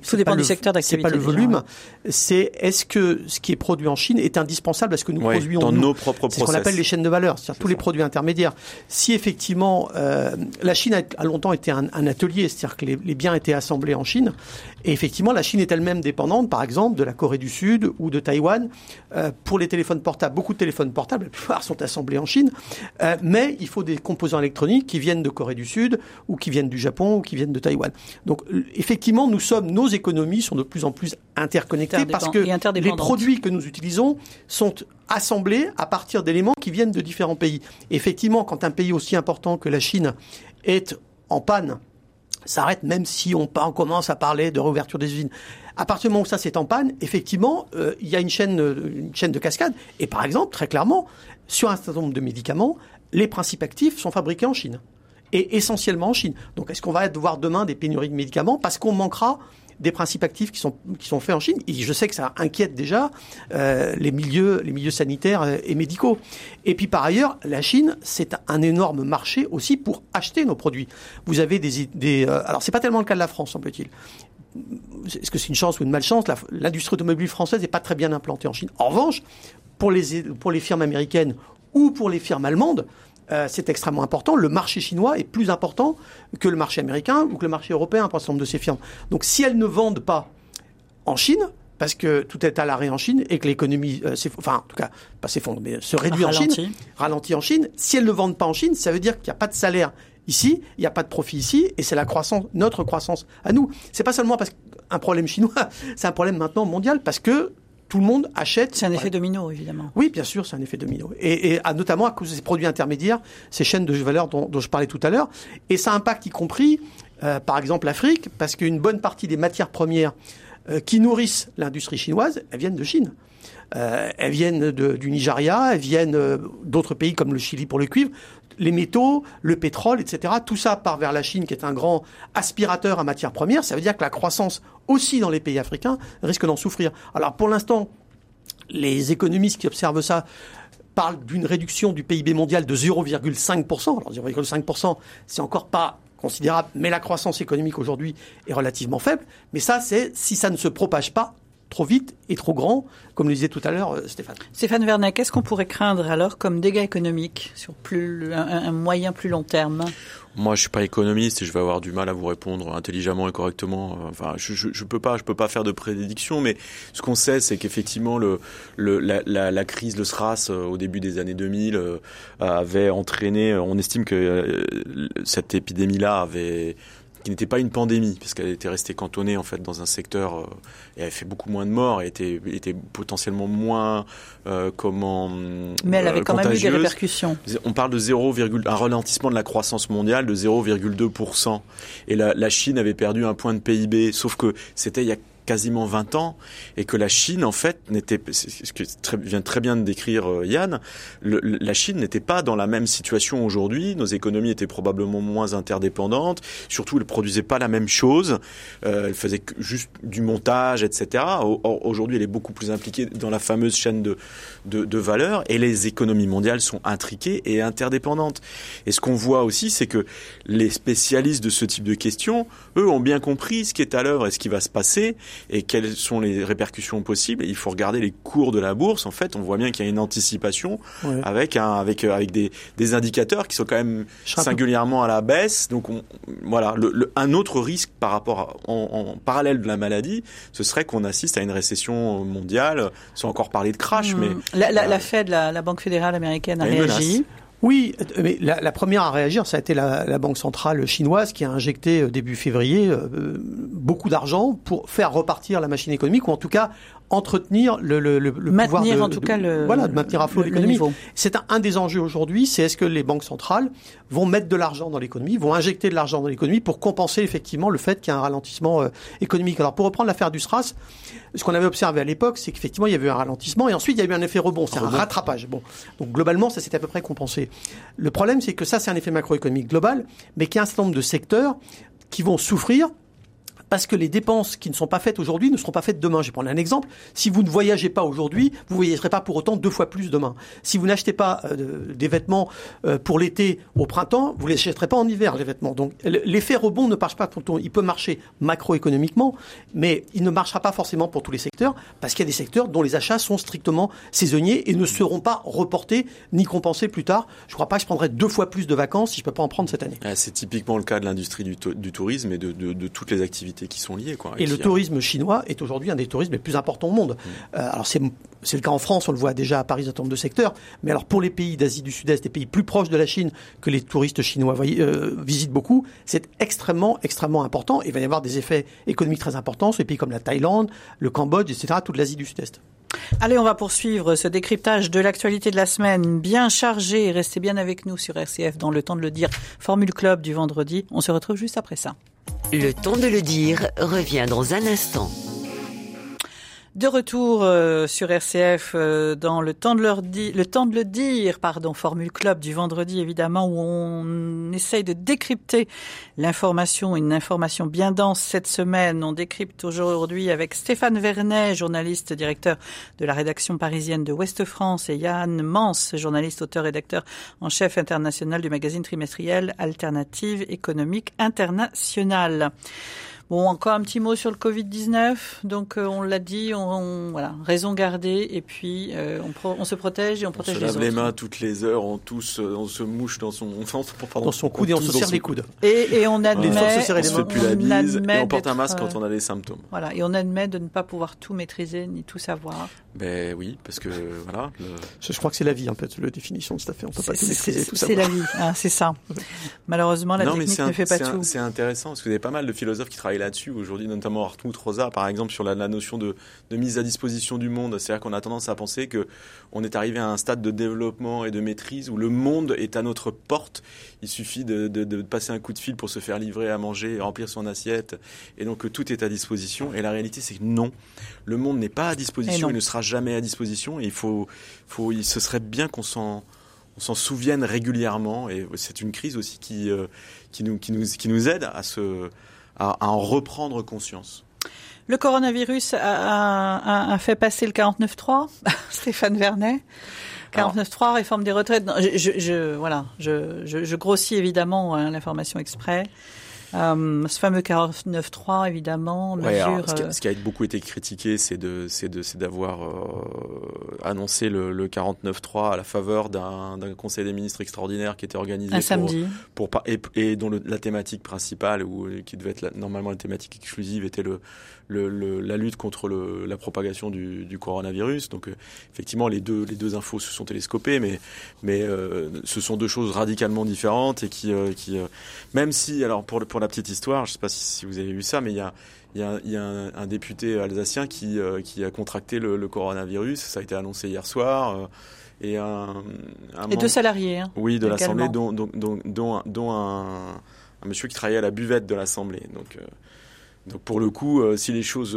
volume, c'est est-ce que ce qui est produit en Chine est indispensable à ce que nous produisons dans nos propres process. C'est ce qu'on appelle les chaînes de valeur, c'est-à-dire tous les produits intermédiaires. Si effectivement la Chine a longtemps été un atelier, c'est-à-dire que les biens étaient assemblés en Chine, et effectivement la Chine est elle-même dépendante, par exemple, de la Corée du Sud ou de Taïwan pour les téléphones portables. Beaucoup de téléphones portables, la plupart sont assemblés en Chine, mais il faut des composants électroniques qui viennent de Corée du Sud ou qui viennent du Japon ou qui viennent de Taïwan. Donc effectivement, nos économies sont de plus en plus interconnectées parce que les produits que nous utilisons sont assemblés à partir d'éléments qui viennent de différents pays. Et effectivement, quand un pays aussi important que la Chine est en panne, ça arrête même si on commence à parler de réouverture des usines. À partir du moment où ça c'est en panne, effectivement, il y a une chaîne de cascade. Et par exemple, très clairement, sur un certain nombre de médicaments, les principes actifs sont fabriqués en Chine. Et essentiellement en Chine. Donc, est-ce qu'on va voir demain des pénuries de médicaments parce qu'on manquera des principes actifs qui sont faits en Chine? Et je sais que ça inquiète déjà les milieux sanitaires et médicaux. Et puis, par ailleurs, la Chine, c'est un énorme marché aussi pour acheter nos produits. Vous avez alors, c'est pas tellement le cas de la France, semble-t-il. Est-ce que c'est une chance ou une malchance? L'industrie automobile française n'est pas très bien implantée en Chine. En revanche, pour les firmes américaines ou pour les firmes allemandes, c'est extrêmement important. Le marché chinois est plus important que le marché américain ou que le marché européen pour un certain nombre de ces firmes. Donc si elles ne vendent pas en Chine, parce que tout est à l'arrêt en Chine et que l'économie, en tout cas, pas s'effondre, mais se réduit ralentit en Chine, si elles ne vendent pas en Chine, ça veut dire qu'il n'y a pas de salaire ici, il n'y a pas de profit ici, et c'est notre croissance à nous. C'est pas seulement parce qu'un problème chinois, c'est un problème maintenant mondial, parce que tout le monde achète. C'est un effet domino, évidemment. Oui, bien sûr, c'est un effet domino. Et notamment à cause de ces produits intermédiaires, ces chaînes de valeur dont je parlais tout à l'heure. Et ça impacte y compris, par exemple, l'Afrique, parce qu'une bonne partie des matières premières qui nourrissent l'industrie chinoise, elles viennent de Chine. Elles viennent du Nigeria, elles viennent d'autres pays comme le Chili pour le cuivre. Les métaux, le pétrole, etc. Tout ça part vers la Chine, qui est un grand aspirateur à matières premières. Ça veut dire que la croissance, aussi dans les pays africains, risque d'en souffrir. Alors, pour l'instant, les économistes qui observent ça parlent d'une réduction du PIB mondial de 0,5%. Alors, 0,5%, c'est encore pas considérable, mais la croissance économique aujourd'hui est relativement faible. Mais ça, c'est si ça ne se propage pas trop vite et trop grand, comme le disait tout à l'heure Stéphane. Stéphane Vernet, qu'est-ce qu'on pourrait craindre alors comme dégâts économiques sur un moyen plus long terme ? Moi, je suis pas économiste et je vais avoir du mal à vous répondre intelligemment et correctement. Enfin, je peux pas faire de prédiction, mais ce qu'on sait, c'est qu'effectivement la crise, le SRAS au début des années 2000 avait entraîné. On estime que cette épidémie-là qui n'était pas une pandémie, puisqu'elle était restée cantonnée en fait dans un secteur et avait fait beaucoup moins de morts et était potentiellement moins mais elle avait quand même eu des répercussions. On parle de un ralentissement de la croissance mondiale de 0,2%. Et la Chine avait perdu un point de PIB, sauf que c'était il y a quasiment 20 ans, et que la Chine, en fait, ce que vient très bien de décrire Yann, la Chine n'était pas dans la même situation aujourd'hui, nos économies étaient probablement moins interdépendantes, surtout elles produisaient pas la même chose, elles faisaient juste du montage, etc. Aujourd'hui, elle est beaucoup plus impliquée dans la fameuse chaîne de valeur, et les économies mondiales sont intriquées et interdépendantes. Et ce qu'on voit aussi, c'est que les spécialistes de ce type de questions, eux, ont bien compris ce qui est à l'œuvre et ce qui va se passer, et quelles sont les répercussions possibles. Et il faut regarder les cours de la bourse. En fait, on voit bien qu'il y a une anticipation avec des indicateurs qui sont quand même singulièrement à la baisse. Donc voilà, un autre risque par rapport en parallèle de la maladie, ce serait qu'on assiste à une récession mondiale, sans encore parler de crash. Mais la Fed, la Banque fédérale américaine, a réagi. Oui, mais la première à réagir, ça a été la Banque centrale chinoise qui a injecté début février beaucoup d'argent pour faire repartir la machine économique, ou en tout cas entretenir le pouvoir de maintenir à flot l'économie. C'est un des enjeux aujourd'hui, c'est est-ce que les banques centrales vont mettre de l'argent dans l'économie, vont injecter de l'argent dans l'économie pour compenser effectivement le fait qu'il y a un ralentissement économique. Alors pour reprendre l'affaire du SRAS, ce qu'on avait observé à l'époque, c'est qu'effectivement il y avait eu un ralentissement et ensuite il y a eu un effet rebond, c'est un rattrapage. Bon, donc globalement ça s'est à peu près compensé. Le problème c'est que ça c'est un effet macroéconomique global, mais qu'il y a un certain nombre de secteurs qui vont souffrir parce que les dépenses qui ne sont pas faites aujourd'hui ne seront pas faites demain. Je vais prendre un exemple. Si vous ne voyagez pas aujourd'hui, vous ne voyagerez pas pour autant 2 fois plus demain. Si vous n'achetez pas des vêtements pour l'été au printemps, vous ne les achèterez pas en hiver, les vêtements. Donc l'effet rebond ne marche pas pour tout. Il peut marcher macroéconomiquement, mais il ne marchera pas forcément pour tous les secteurs, parce qu'il y a des secteurs dont les achats sont strictement saisonniers et ne seront pas reportés ni compensés plus tard. Je ne crois pas que je prendrai 2 fois plus de vacances si je ne peux pas en prendre cette année. C'est typiquement le cas de l'industrie du tourisme et de toutes les activités qui sont liées, quoi. Et le tourisme chinois est aujourd'hui un des tourismes les plus importants au monde. Alors c'est le cas en France, on le voit déjà à Paris dans un certain nombre de secteurs, mais alors pour les pays d'Asie du Sud-Est, les pays plus proches de la Chine que les touristes chinois visitent beaucoup, c'est extrêmement important. Il va y avoir des effets économiques très importants sur les pays comme la Thaïlande, le Cambodge, etc., toute l'Asie du Sud-Est. Allez, on va poursuivre ce décryptage de l'actualité de la semaine, bien chargé. Restez bien avec nous sur RCF dans le temps de le dire. Formule Club du vendredi. On se retrouve juste après ça. Le temps de le dire revient dans un instant. De retour sur RCF dans le temps de le dire, Formule Club du vendredi évidemment, où on essaye de décrypter l'information, une information bien dense cette semaine. On décrypte aujourd'hui avec Stéphane Vernet, journaliste directeur de la rédaction parisienne de Ouest France, et Yann Mans, journaliste, auteur, rédacteur en chef international du magazine trimestriel Alternative économique internationale. Bon, encore un petit mot sur le Covid-19. Donc, on l'a dit, voilà, raison gardée. Et puis, on se protège et on protège les autres. On se lave les mains toutes les heures, on se mouche dans son coude et on se serre les coudes. Et on admet, on se fait plus la bise et on porte un masque quand on a des symptômes. Voilà, et on admet de ne pas pouvoir tout maîtriser ni tout savoir. Ben oui, parce que voilà. Je crois que c'est la vie, en fait, la définition de tout à fait. On peut pas tout maîtriser, tout savoir. C'est la vie, c'est ça. Malheureusement, la technique ne fait pas tout. C'est intéressant parce que vous avez pas mal de philosophes qui travaillent là-dessus aujourd'hui, notamment Hartmut Rosa, par exemple, sur la notion de mise à disposition du monde. C'est-à-dire qu'on a tendance à penser que on est arrivé à un stade de développement et de maîtrise où le monde est à notre porte. Il suffit de passer un coup de fil pour se faire livrer à manger, remplir son assiette, et donc tout est à disposition. Et la réalité, c'est que non, le monde n'est pas à disposition, il ne sera jamais à disposition. Et ce serait bien qu'on s'en souvienne régulièrement. Et c'est une crise aussi qui nous aide à en reprendre conscience. Le coronavirus a fait passer le 49.3, Stéphane Vernet. 49.3, réforme des retraites. Je grossis évidemment l'information exprès. Ce fameux 49.3, évidemment, mesure... ce qui a beaucoup été critiqué, c'est d'avoir annoncé le 49.3 à la faveur d'un Conseil des ministres extraordinaire qui était organisé un samedi. Et dont la thématique principale, qui devait être normalement la thématique exclusive, était la lutte contre la propagation du coronavirus. Donc effectivement, les deux infos se sont télescopées, mais ce sont deux choses radicalement différentes et qui même si, alors pour la petite histoire, je ne sais pas si vous avez vu ça, mais il y a un député alsacien qui a contracté le coronavirus. Ça a été annoncé hier soir. Et deux salariés. Hein, oui, de l'Assemblée, dont un monsieur qui travaillait à la buvette de l'Assemblée. Donc pour le coup, si les choses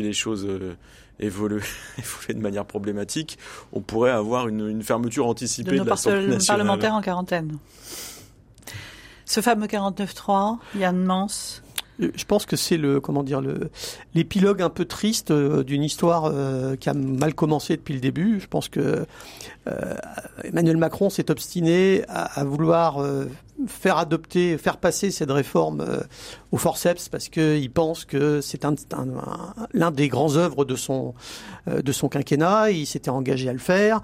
évoluer de manière problématique, on pourrait avoir une fermeture anticipée de l'Assemblée nationale. Parlementaires en quarantaine. Ce fameux 49.3, Yann Mans. Je pense que c'est l'épilogue un peu triste d'une histoire qui a mal commencé depuis le début. Je pense que Emmanuel Macron s'est obstiné à vouloir faire passer cette réforme au forceps parce qu'il pense que c'est l'un des grands œuvres de son quinquennat. Il s'était engagé à le faire.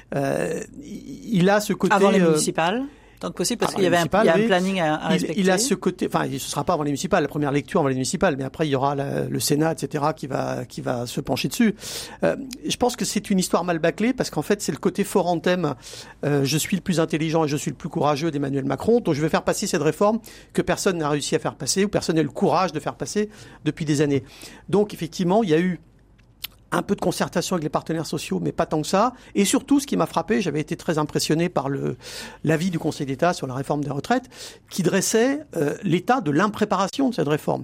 Il a ce côté... Avant les municipales tant que possible, parce qu'il y avait un planning à respecter. Il a ce côté, ce ne sera pas avant les municipales, la première lecture avant les municipales, mais après il y aura le Sénat, etc., qui va se pencher dessus. Je pense que c'est une histoire mal bâclée, parce qu'en fait c'est le côté forantem, je suis le plus intelligent et je suis le plus courageux d'Emmanuel Macron, donc je vais faire passer cette réforme que personne n'a réussi à faire passer, ou personne n'a le courage de faire passer depuis des années. Donc effectivement, il y a eu un peu de concertation avec les partenaires sociaux, mais pas tant que ça. Et surtout, ce qui m'a frappé, j'avais été très impressionné par l'avis du Conseil d'État sur la réforme des retraites, qui dressait l'état de l'impréparation de cette réforme,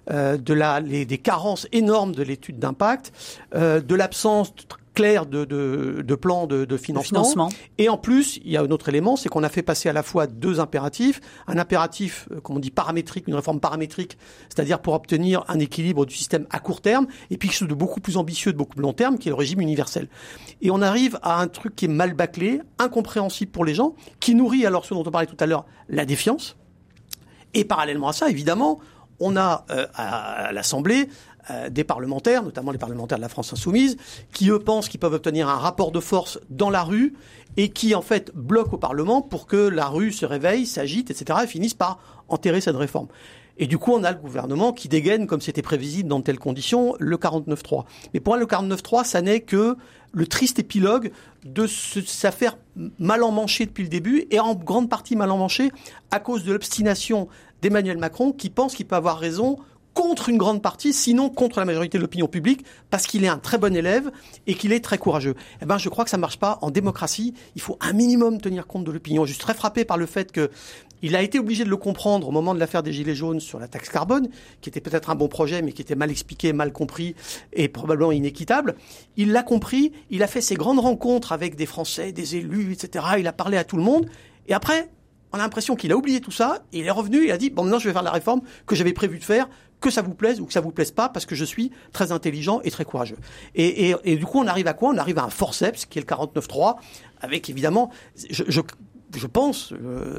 des carences énormes de l'étude d'impact, de l'absence clair de plan de financement. Et en plus, il y a un autre élément, c'est qu'on a fait passer à la fois deux impératifs. Un impératif, comme on dit, paramétrique, une réforme paramétrique, c'est-à-dire pour obtenir un équilibre du système à court terme, et puis quelque chose de beaucoup plus ambitieux, de beaucoup plus long terme, qui est le régime universel. Et on arrive à un truc qui est mal bâclé, incompréhensible pour les gens, qui nourrit, alors ce dont on parlait tout à l'heure, la défiance. Et parallèlement à ça, évidemment, on a à l'Assemblée des parlementaires, notamment les parlementaires de la France Insoumise, qui eux pensent qu'ils peuvent obtenir un rapport de force dans la rue et qui en fait bloquent au Parlement pour que la rue se réveille, s'agite, etc. et finissent par enterrer cette réforme. Et du coup, on a le gouvernement qui dégaine, comme c'était prévisible dans de telles conditions, le 49.3. Mais pour moi, le 49.3, ça n'est que le triste épilogue de cette affaire mal emmanchée depuis le début, et en grande partie mal emmanchée à cause de l'obstination d'Emmanuel Macron, qui pense qu'il peut avoir raison contre une grande partie, sinon contre la majorité de l'opinion publique, parce qu'il est un très bon élève et qu'il est très courageux. Eh ben, je crois que ça marche pas. En démocratie, il faut un minimum tenir compte de l'opinion. Je suis très frappé par le fait que il a été obligé de le comprendre au moment de l'affaire des Gilets jaunes sur la taxe carbone, qui était peut-être un bon projet, mais qui était mal expliqué, mal compris et probablement inéquitable. Il l'a compris, il a fait ses grandes rencontres avec des Français, des élus, etc. Il a parlé à tout le monde. Et après, on a l'impression qu'il a oublié tout ça, et il est revenu, il a dit, bon, maintenant je vais faire la réforme que j'avais prévu de faire, que ça vous plaise ou que ça vous plaise pas, parce que je suis très intelligent et très courageux. Et du coup, on arrive à quoi? On arrive à un forceps, qui est le 49.3, avec évidemment, je pense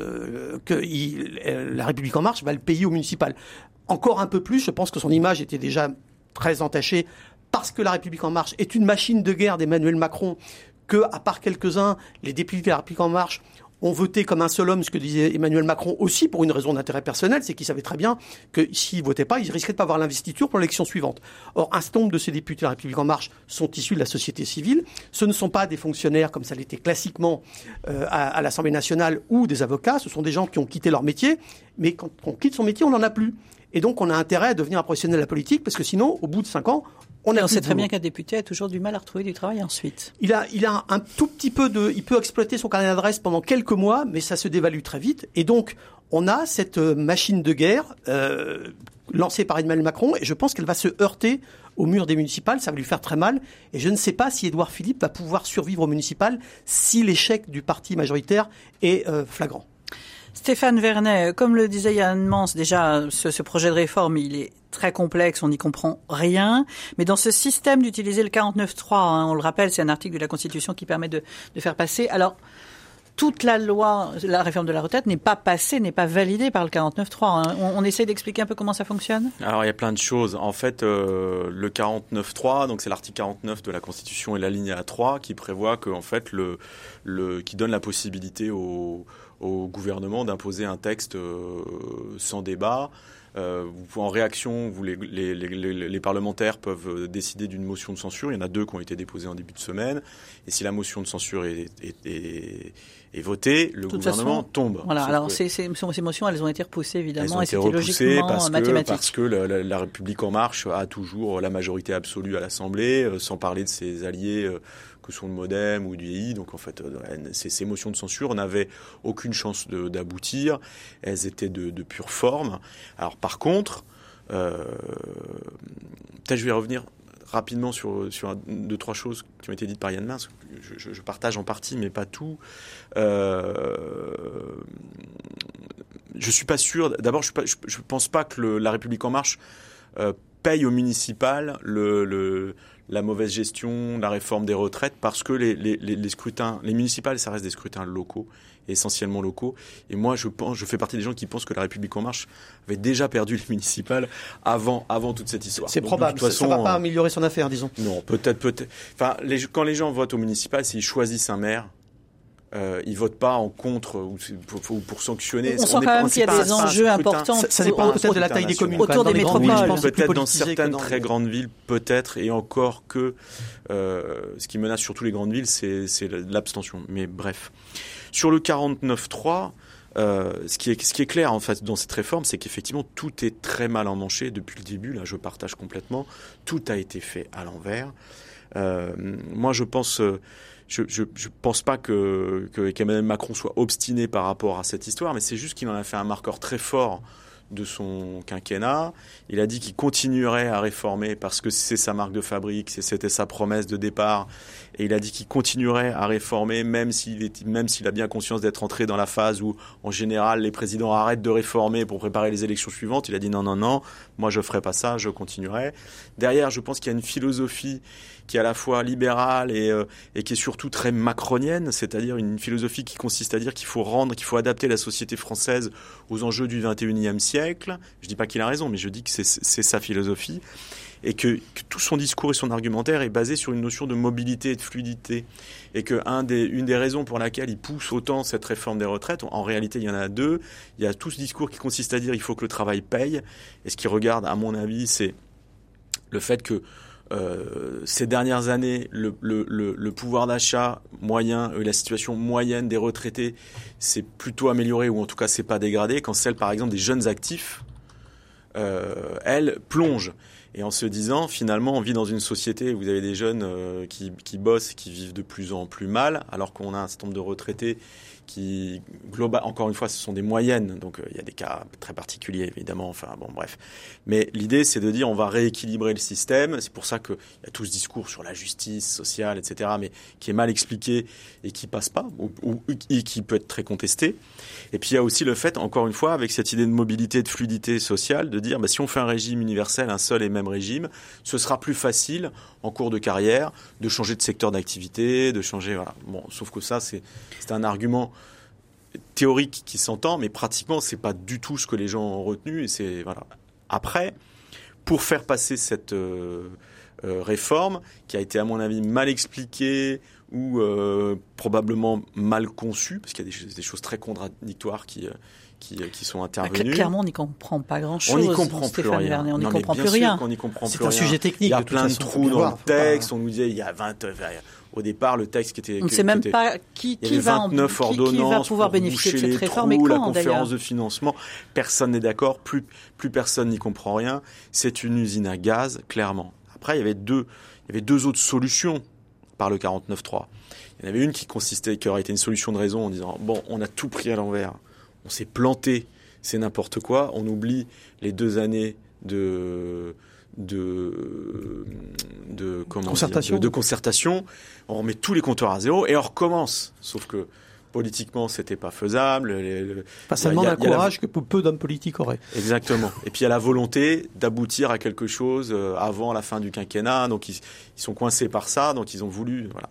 que la République En Marche va le payer au municipal. Encore un peu plus, je pense que son image était déjà très entachée, parce que la République En Marche est une machine de guerre d'Emmanuel Macron, que, à part quelques-uns, les députés de la République En Marche ont voté comme un seul homme, ce que disait Emmanuel Macron aussi pour une raison d'intérêt personnel, c'est qu'ils savaient très bien que s'ils ne votaient pas, ils risquaient de pas avoir l'investiture pour l'élection suivante. Or, un certain nombre de ces députés de la République En Marche sont issus de la société civile. Ce ne sont pas des fonctionnaires comme ça l'était classiquement à l'Assemblée nationale ou des avocats. Ce sont des gens qui ont quitté leur métier, mais quand on quitte son métier, on n'en a plus. Et donc, on a intérêt à devenir un professionnel de la politique, parce que sinon, au bout de 5 ans, on sait très bien qu'un député a toujours du mal à retrouver du travail ensuite. Il a un tout petit peu il peut exploiter son carnet d'adresse pendant quelques mois, mais ça se dévalue très vite. Et donc, on a cette machine de guerre lancée par Emmanuel Macron, et je pense qu'elle va se heurter au mur des municipales, ça va lui faire très mal. Et je ne sais pas si Édouard Philippe va pouvoir survivre aux municipales si l'échec du parti majoritaire est flagrant. Stéphane Vernet, comme le disait Yann Mans, déjà, ce projet de réforme, il est très complexe, on n'y comprend rien. Mais dans ce système d'utiliser le 49.3, on le rappelle, c'est un article de la Constitution qui permet de faire passer. Alors, toute la loi, la réforme de la retraite n'est pas passée, n'est pas validée par le 49.3. Hein. On essaie d'expliquer un peu comment ça fonctionne ? Alors, il y a plein de choses. En fait, le 49.3, donc c'est l'article 49 de la Constitution et l'alinéa 3 qui prévoit que, en fait, qui donne la possibilité au gouvernement d'imposer un texte sans débat. En réaction, les parlementaires peuvent décider d'une motion de censure. Il y en a 2 qui ont été déposées en début de semaine. Et si la motion de censure est votée, le gouvernement tombe. Voilà. Alors ces motions, elles ont été repoussées évidemment, et c'était logiquement mathématique. Parce que la République en marche a toujours la majorité absolue à l'Assemblée, sans parler de ses alliés que sont le MoDem ou du EI. Donc en fait, ces motions de censure n'avaient aucune chance d'aboutir. Elles étaient de pure forme. Alors par contre, peut-être je vais revenir rapidement sur 2-3 choses qui ont été dites par Yann Mins. Je partage en partie, mais pas tout. Je suis pas sûr. D'abord, je pense pas que la République en marche paye au municipal la mauvaise gestion, la réforme des retraites, parce que les scrutins, les municipales, ça reste des scrutins locaux, essentiellement locaux. Et moi, je fais partie des gens qui pensent que la République en marche avait déjà perdu les municipales avant toute cette histoire. C'est probable. Ça ne va pas améliorer son affaire, disons. Non, peut-être. Enfin, quand les gens votent au municipal, s'ils choisissent un maire, ils votent pas en contre ou pour sanctionner. On sent quand même qu'il y a des enjeux importants. Ça dépend peut-être de la taille des communes. Autour des métropoles. Oui, peut-être dans certaines très grandes villes, peut-être, et encore que ce qui menace surtout les grandes villes, c'est l'abstention. Mais bref. Sur le 49.3, ce qui est clair en fait dans cette réforme, c'est qu'effectivement tout est très mal emmanché depuis le début. Là, je partage complètement. Tout a été fait à l'envers. Moi, je pense pas qu'Emmanuel Macron soit obstiné par rapport à cette histoire, mais c'est juste qu'il en a fait un marqueur très fort de son quinquennat. Il a dit qu'il continuerait à réformer parce que c'est sa marque de fabrique, c'était sa promesse de départ. Et il a dit qu'il continuerait à réformer même s'il a bien conscience d'être entré dans la phase où, en général, les présidents arrêtent de réformer pour préparer les élections suivantes. Il a dit non, moi je ferai pas ça, je continuerai. Derrière, je pense qu'il y a une philosophie qui est à la fois libérale et qui est surtout très macronienne, c'est-à-dire une philosophie qui consiste à dire qu'il faut adapter la société française aux enjeux du 21e siècle. Je dis pas qu'il a raison, mais je dis que c'est sa philosophie. Et que tout son discours et son argumentaire est basé sur une notion de mobilité et de fluidité. Et que une des raisons pour laquelle il pousse autant cette réforme des retraites, en réalité il y en a 2. Il y a tout ce discours qui consiste à dire il faut que le travail paye. Et ce qu'il regarde, à mon avis, c'est le fait que ces dernières années, le pouvoir d'achat moyen, la situation moyenne des retraités s'est plutôt améliorée, ou en tout cas s'est pas dégradée, quand celle par exemple des jeunes actifs, elle plonge. Et en se disant, finalement, on vit dans une société où vous avez des jeunes qui bossent, qui vivent de plus en plus mal, alors qu'on a un certain nombre de retraités qui, encore une fois, ce sont des moyennes. Donc, il y a des cas très particuliers, évidemment. Enfin, bon, bref. Mais l'idée, c'est de dire, on va rééquilibrer le système. C'est pour ça qu'il y a tout ce discours sur la justice sociale, etc., mais qui est mal expliqué et qui passe pas, et qui peut être très contesté. Et puis, il y a aussi le fait, encore une fois, avec cette idée de mobilité, de fluidité sociale, de dire, si on fait un régime universel, un seul et même régime, ce sera plus facile, en cours de carrière, de changer de secteur d'activité, de changer, voilà. Bon, sauf que ça, c'est un argument théorique qui s'entend, mais pratiquement, c'est pas du tout ce que les gens ont retenu. Et c'est, voilà. Après, pour faire passer cette réforme, qui a été, à mon avis, mal expliquée ou probablement mal conçue, parce qu'il y a des choses très contradictoires qui sont intervenues. Clairement, on n'y comprend pas grand-chose. On n'y comprend plus rien. On n'y comprend plus rien. C'est un sujet technique. Il y a plein de trous dans le texte. On nous disait, il y a 20... Au départ, le texte qui était... On ne sait même pas qui va pouvoir bénéficier de cette réforme et quand, la conférence de financement. Personne n'est d'accord. Plus personne n'y comprend rien. C'est une usine à gaz, clairement. Après, il y avait deux autres solutions par le 49.3. Il y en avait une qui aurait été une solution de raison en disant, on a tout pris à l'envers. On s'est planté, c'est n'importe quoi. On oublie les 2 années de concertation. On remet tous les compteurs à zéro et on recommence. Sauf que Politiquement, c'était pas faisable. Ça demande un courage que peu d'hommes politiques auraient. Exactement. Et puis il y a la volonté d'aboutir à quelque chose avant la fin du quinquennat. Donc ils sont coincés par ça. Donc ils ont voulu. Voilà.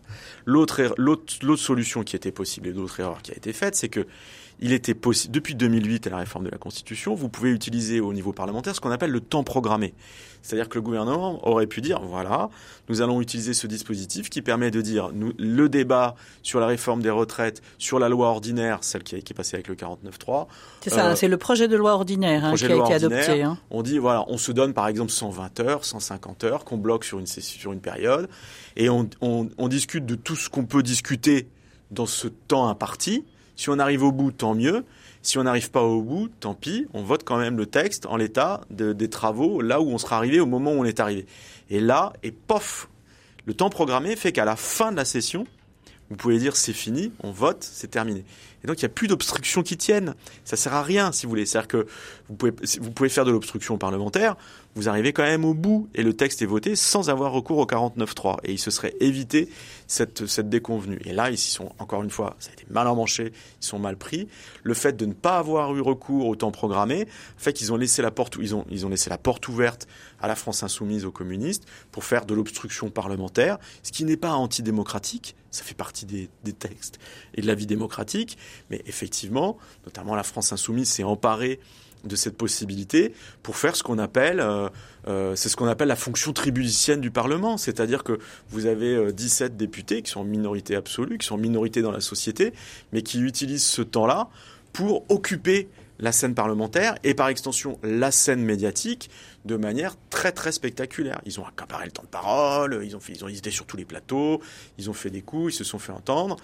L'autre solution qui était possible et l'autre erreur qui a été faite, c'est que il était possible, depuis 2008 et la réforme de la Constitution, vous pouvez utiliser au niveau parlementaire ce qu'on appelle le temps programmé. C'est-à-dire que le gouvernement aurait pu dire, voilà, nous allons utiliser ce dispositif qui permet de dire, le débat sur la réforme des retraites, sur la loi ordinaire, celle qui est passée avec le 49.3. C'est ça, c'est le projet de loi ordinaire qui a été adopté. On dit, voilà, on se donne par exemple 120 heures, 150 heures, qu'on bloque sur une période, et on discute de tout ce qu'on peut discuter dans ce temps imparti. Si on arrive au bout, tant mieux. Si on n'arrive pas au bout, tant pis. On vote quand même le texte en l'état des travaux, là où on sera arrivé au moment où on est arrivé. Et là, pof, le temps programmé fait qu'à la fin de la session, vous pouvez dire c'est fini, on vote, c'est terminé. Et donc il n'y a plus d'obstruction qui tienne. Ça sert à rien, si vous voulez. C'est-à-dire que vous pouvez faire de l'obstruction parlementaire, vous arrivez quand même au bout et le texte est voté sans avoir recours au 49.3. Et il se serait évité cette déconvenue. Et là, ils sont, encore une fois, ça a été mal emmanché, ils sont mal pris. Le fait de ne pas avoir eu recours au temps programmé fait qu'ils ont laissé la porte ouverte à la France insoumise, aux communistes, pour faire de l'obstruction parlementaire, ce qui n'est pas antidémocratique. Ça fait partie des textes et de la vie démocratique. Mais effectivement, notamment la France insoumise s'est emparée de cette possibilité pour faire ce qu'on appelle, c'est ce qu'on appelle la fonction tribunicienne du Parlement. C'est-à-dire que vous avez 17 députés qui sont en minorité absolue, qui sont en minorité dans la société, mais qui utilisent ce temps-là pour occuper la scène parlementaire et par extension la scène médiatique de manière très très spectaculaire. Ils ont accaparé le temps de parole, ils étaient sur tous les plateaux, ils ont fait des coups, ils se sont fait entendre,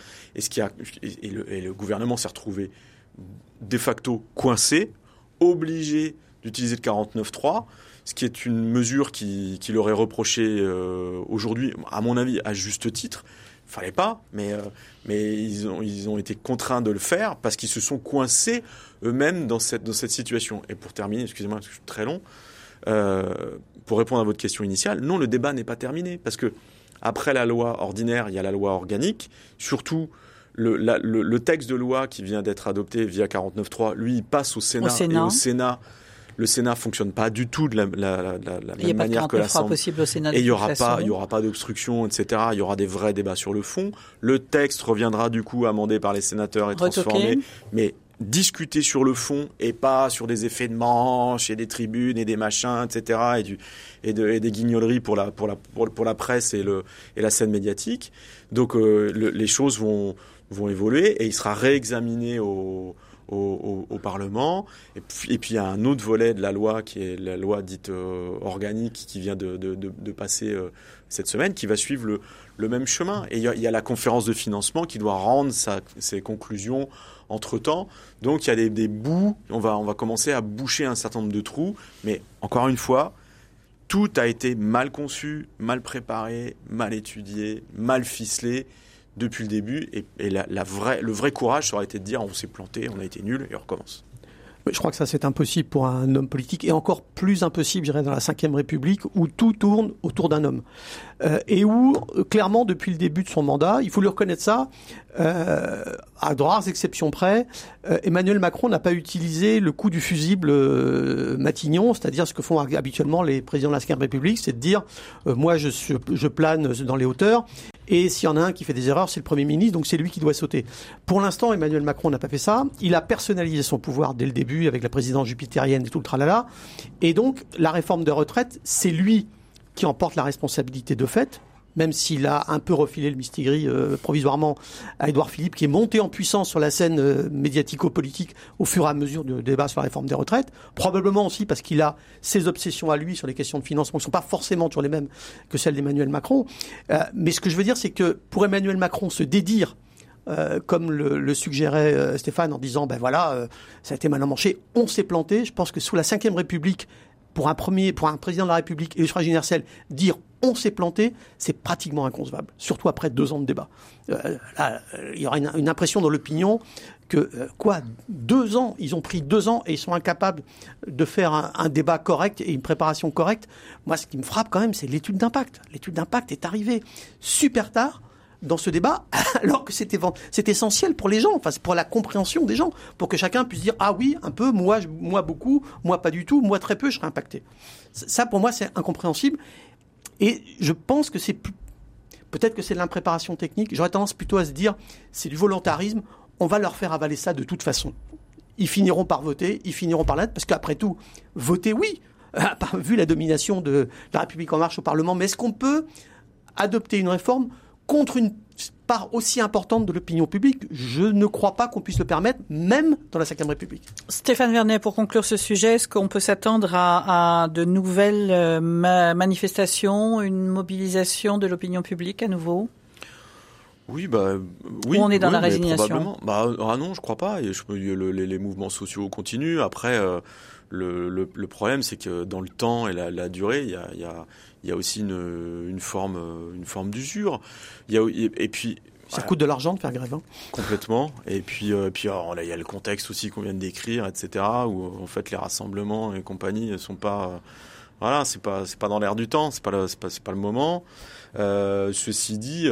et le gouvernement s'est retrouvé de facto coincé, obligé d'utiliser le 49.3, ce qui est une mesure qu'il aurait reproché aujourd'hui, à mon avis, à juste titre. Fallait pas, mais ils ont été contraints de le faire parce qu'ils se sont coincés eux-mêmes dans cette situation. Et pour terminer, excusez-moi parce que je suis très long, pour répondre à votre question initiale, non, le débat n'est pas terminé parce que après la loi ordinaire, il y a la loi organique. Surtout, le texte de loi qui vient d'être adopté via 49.3, lui, il passe au Sénat. Et au Sénat, le Sénat fonctionne pas du tout de la même manière que l'Assemblée. Et il y aura pas d'obstruction, etc. Il y aura des vrais débats sur le fond. Le texte reviendra du coup amendé par les sénateurs et transformé, mais discuter sur le fond et pas sur des effets de manche et des tribunes et des machins, etc. et des guignoleries pour la presse et la scène médiatique. Donc les choses vont évoluer et il sera réexaminé au Parlement. Et puis il y a un autre volet de la loi qui est la loi dite organique qui vient de passer cette semaine, qui va suivre le même chemin. Et il y a la conférence de financement qui doit rendre ses conclusions entre-temps. Donc il y a des bouts, on va commencer à boucher un certain nombre de trous. Mais encore une fois, tout a été mal conçu, mal préparé, mal étudié, mal ficelé depuis le début, et le vrai courage, ça aurait été de dire on s'est planté, on a été nul et on recommence. Je crois que ça c'est impossible pour un homme politique, et encore plus impossible, je dirais, dans la Ve République, où tout tourne autour d'un homme. Et où, clairement, depuis le début de son mandat, il faut lui reconnaître ça, à de rares exceptions près, Emmanuel Macron n'a pas utilisé le coup du fusible Matignon, c'est-à-dire ce que font habituellement les présidents de la Ve République, c'est de dire moi je plane dans les hauteurs, et s'il y en a un qui fait des erreurs, c'est le Premier ministre, donc c'est lui qui doit sauter. Pour l'instant, Emmanuel Macron n'a pas fait ça. Il a personnalisé son pouvoir dès le début avec la présidence jupitérienne et tout le tralala. Et donc, la réforme des retraites, c'est lui qui en porte la responsabilité de fait, même s'il a un peu refilé le mistigris provisoirement à Édouard Philippe, qui est monté en puissance sur la scène médiatico-politique au fur et à mesure du débat sur la réforme des retraites. Probablement aussi parce qu'il a ses obsessions à lui sur les questions de financement, qui ne sont pas forcément toujours les mêmes que celles d'Emmanuel Macron. Mais ce que je veux dire, c'est que pour Emmanuel Macron, se dédire, comme le suggérait Stéphane, en disant ça a été mal emmanché, on s'est planté. Je pense que sous la Ve République, pour un président de la République et le suffrage universel, dire on s'est planté, c'est pratiquement inconcevable, surtout après 2 ans de débat. Là, il y aura une impression dans l'opinion que 2 ans, ils ont pris 2 ans et ils sont incapables de faire un débat correct et une préparation correcte. Moi, ce qui me frappe quand même, c'est l'étude d'impact. L'étude d'impact est arrivée super tard. dans ce débat, alors que c'est essentiel pour les gens, enfin c'est pour la compréhension des gens, pour que chacun puisse dire ah oui un peu, moi beaucoup, moi pas du tout, moi très peu, je serai impacté. Ça pour moi c'est incompréhensible et je pense que peut-être que c'est de l'impréparation technique. J'aurais tendance plutôt à se dire c'est du volontarisme, on va leur faire avaler ça de toute façon. Ils finiront par voter, ils finiront par l'être, parce qu'après tout, voter oui, vu la domination de la République en marche au Parlement, mais est-ce qu'on peut adopter une réforme contre une part aussi importante de l'opinion publique? Je ne crois pas qu'on puisse le permettre, même dans la Ve République. Stéphane Vernet, pour conclure ce sujet, est-ce qu'on peut s'attendre à de nouvelles manifestations, une mobilisation de l'opinion publique à nouveau? Oui, oui. Ou on est dans la résignation? Probablement. Non, je crois pas. Et les mouvements sociaux continuent. Après, le problème, c'est que dans le temps et la durée, il y a aussi une forme d'usure. Et puis ça coûte de l'argent de faire grève. Hein. Complètement. Et puis alors, là, il y a le contexte aussi qu'on vient de décrire, etc. Où en fait les rassemblements et compagnie sont pas. Voilà, c'est pas dans l'air du temps. C'est pas le moment. Ceci dit.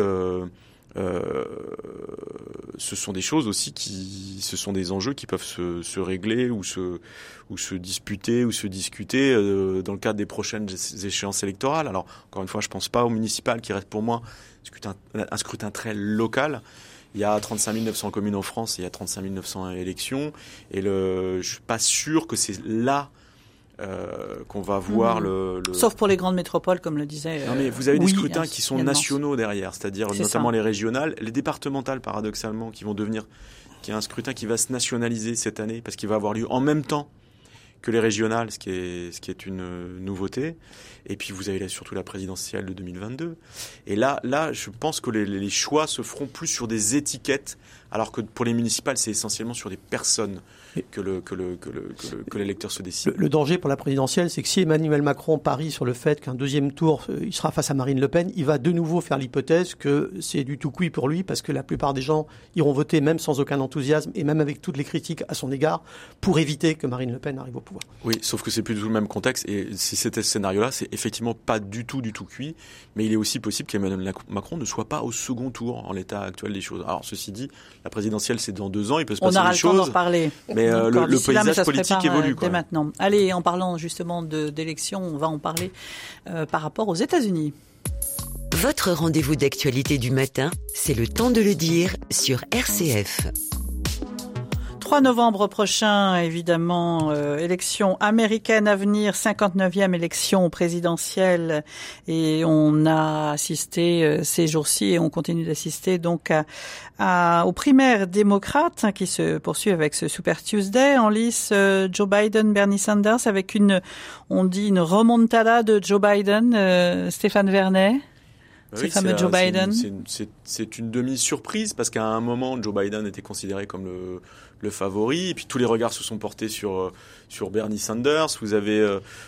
Ce sont des choses aussi ce sont des enjeux qui peuvent se régler ou se disputer ou se discuter dans le cadre des prochaines échéances électorales. Alors, encore une fois, je pense pas au municipal qui reste pour moi un scrutin très local. Il y a 35 900 communes en France et il y a 35 900 élections. Et je suis pas sûr que c'est là qu'on va voir Sauf pour les grandes métropoles, comme le disait. Non, mais vous avez des scrutins qui sont nationaux derrière, c'est-à-dire notamment les régionales, les départementales, paradoxalement, qui est un scrutin qui va se nationaliser cette année parce qu'il va avoir lieu en même temps que les régionales, ce qui est une nouveauté. Et puis vous avez surtout la présidentielle de 2022. Et là, je pense que les choix se feront plus sur des étiquettes, alors que pour les municipales, c'est essentiellement sur des personnes que l'électeur se décide. Le danger pour la présidentielle, c'est que si Emmanuel Macron parie sur le fait qu'un deuxième tour, il sera face à Marine Le Pen, il va de nouveau faire l'hypothèse que c'est du tout cuit pour lui, parce que la plupart des gens iront voter même sans aucun enthousiasme et même avec toutes les critiques à son égard pour éviter que Marine Le Pen arrive au pouvoir. Oui, sauf que c'est plus du tout le même contexte. Et si c'était ce scénario-là, c'est effectivement pas du tout cuit. Mais il est aussi possible qu'Emmanuel Macron ne soit pas au second tour en l'état actuel des choses. Alors, ceci dit, la présidentielle, c'est dans 2 ans, il peut se passer des choses. On aura le temps d'en reparler. Mais le paysage politique évolue. Dès maintenant. Allez, en parlant justement d'élections, on va en parler par rapport aux États-Unis. Votre rendez-vous d'actualité du matin, c'est le temps de le dire sur RCF. 3 novembre prochain, évidemment, élection américaine à venir, 59e élection présidentielle, et on a assisté ces jours-ci et on continue d'assister donc aux primaires démocrates qui se poursuivent avec ce Super Tuesday. En lice, Joe Biden, Bernie Sanders, avec on dit une remontada de Joe Biden, Stéphane Vernet. Oui, fameux Joe Biden. C'est une demi-surprise parce qu'à un moment, Joe Biden était considéré comme le favori, et puis tous les regards se sont portés sur Bernie Sanders. Vous avez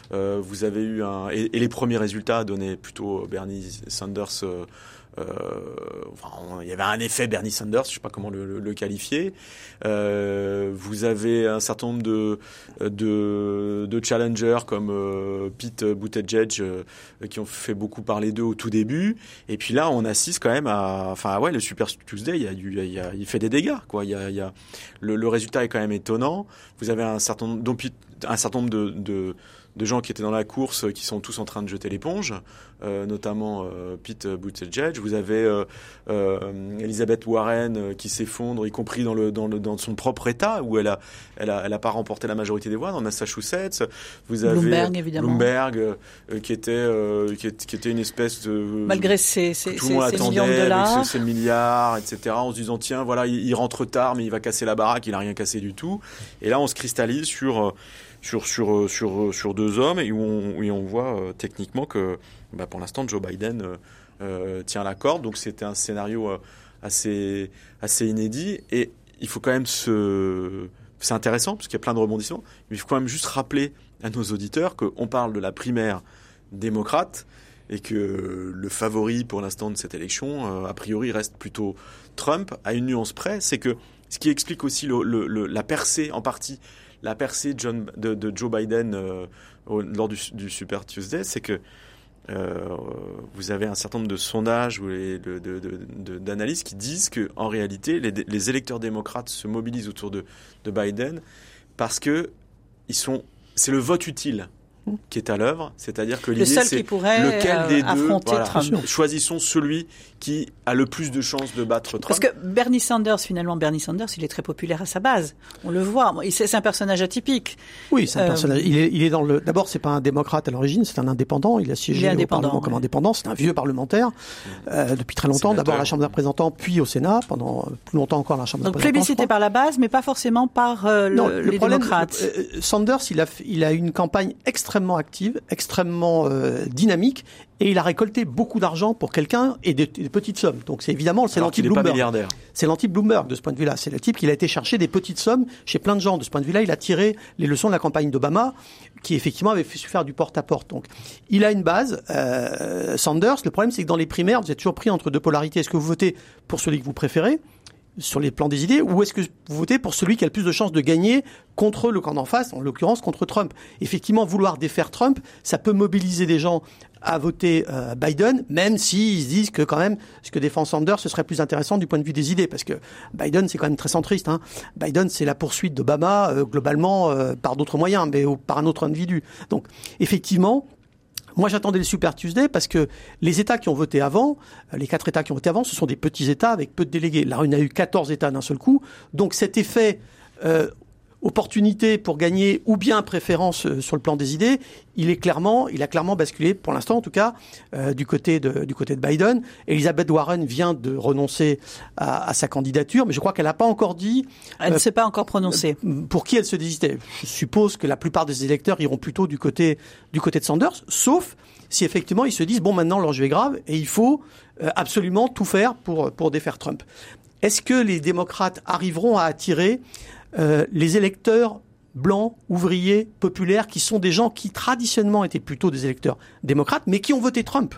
eu et les premiers résultats donnaient plutôt Bernie Sanders. Il y avait un effet Bernie Sanders, je ne sais pas comment le qualifier. Vous avez un certain nombre de challengers comme Pete Buttigieg qui ont fait beaucoup parler d'eux au tout début. Et puis là, on assiste quand même le Super Tuesday, il fait des dégâts, quoi. Le résultat est quand même étonnant. Vous avez un certain nombre de gens qui étaient dans la course qui sont tous en train de jeter l'éponge, notamment Pete Buttigieg. Vous avez Elizabeth Warren qui s'effondre, y compris dans son propre État où elle a pas remporté la majorité des voix dans Massachusetts. Vous avez Bloomberg qui était une espèce de malgré ses millions de dollars, avec ses milliards, etc. En se disant tiens voilà il rentre tard mais il va casser la baraque, il a rien cassé du tout. Et là on se cristallise sur 2 hommes et où on voit techniquement que pour l'instant Joe Biden tient la corde. Donc c'était un scénario assez inédit et il faut quand même c'est intéressant parce qu'il y a plein de rebondissements, mais il faut quand même juste rappeler à nos auditeurs qu'on parle de la primaire démocrate et que le favori pour l'instant de cette élection a priori reste plutôt Trump, à une nuance près. C'est que ce qui explique aussi la percée en partie, la percée de Joe Biden lors du Super Tuesday, c'est que vous avez un certain nombre de sondages ou d'analyses qui disent que en réalité, les électeurs démocrates se mobilisent autour de Biden parce que c'est le vote utile qui est à l'œuvre, c'est-à-dire que l'idée c'est lequel des deux Trump. Choisissons celui qui a le plus de chances de battre Trump. Parce que Bernie Sanders, il est très populaire à sa base. On le voit. C'est un personnage atypique. Oui, c'est un personnage. Il est dans le. D'abord, c'est pas un démocrate à l'origine, c'est un indépendant. Il a siégé au Parlement comme indépendant. C'est un vieux parlementaire depuis très longtemps. D'abord à la Chambre des représentants, puis au Sénat, pendant plus longtemps encore à la Chambre des représentants. Donc plébiscité par la base, mais pas forcément par les démocrates. Sanders, il a une campagne extrêmement active, extrêmement dynamique, et il a récolté beaucoup d'argent pour quelqu'un et des petites sommes. Donc c'est évidemment l'anti-Bloomberg. C'est l'anti-Bloomberg de ce point de vue-là. C'est le type qui a été chercher des petites sommes chez plein de gens. De ce point de vue-là, il a tiré les leçons de la campagne d'Obama, qui effectivement avait su faire du porte-à-porte. Donc il a une base. Sanders, le problème c'est que dans les primaires, vous êtes toujours pris entre deux polarités. Est-ce que vous votez pour celui que vous préférez sur les plans des idées, ou est-ce que vous votez pour celui qui a le plus de chances de gagner contre le camp d'en face, en l'occurrence contre Trump? Effectivement, vouloir défaire Trump, ça peut mobiliser des gens à voter Biden, même s'ils se disent que quand même, ce que défend Sanders, ce serait plus intéressant du point de vue des idées, parce que Biden, c'est quand même très centriste. Biden, c'est la poursuite d'Obama, globalement, par d'autres moyens, mais par un autre individu. Donc, effectivement, moi, j'attendais le Super Tuesday parce que les États qui ont voté avant, les 4 États qui ont voté avant, ce sont des petits États avec peu de délégués. Là, on a eu 14 États d'un seul coup. Donc, cet effet opportunité pour gagner ou bien préférence sur le plan des idées, il a clairement basculé, pour l'instant en tout cas, du côté de Biden. Elizabeth Warren vient de renoncer à sa candidature, mais je crois qu'elle n'a pas encore dit... Elle ne s'est pas encore prononcée. Pour qui elle se désistait. Je suppose que la plupart des électeurs iront plutôt du côté de Sanders, sauf si effectivement ils se disent, bon, maintenant l'enjeu est grave et il faut absolument tout faire pour défaire Trump. Est-ce que les démocrates arriveront à attirer les électeurs blancs, ouvriers, populaires, qui sont des gens qui traditionnellement étaient plutôt des électeurs démocrates, mais qui ont voté Trump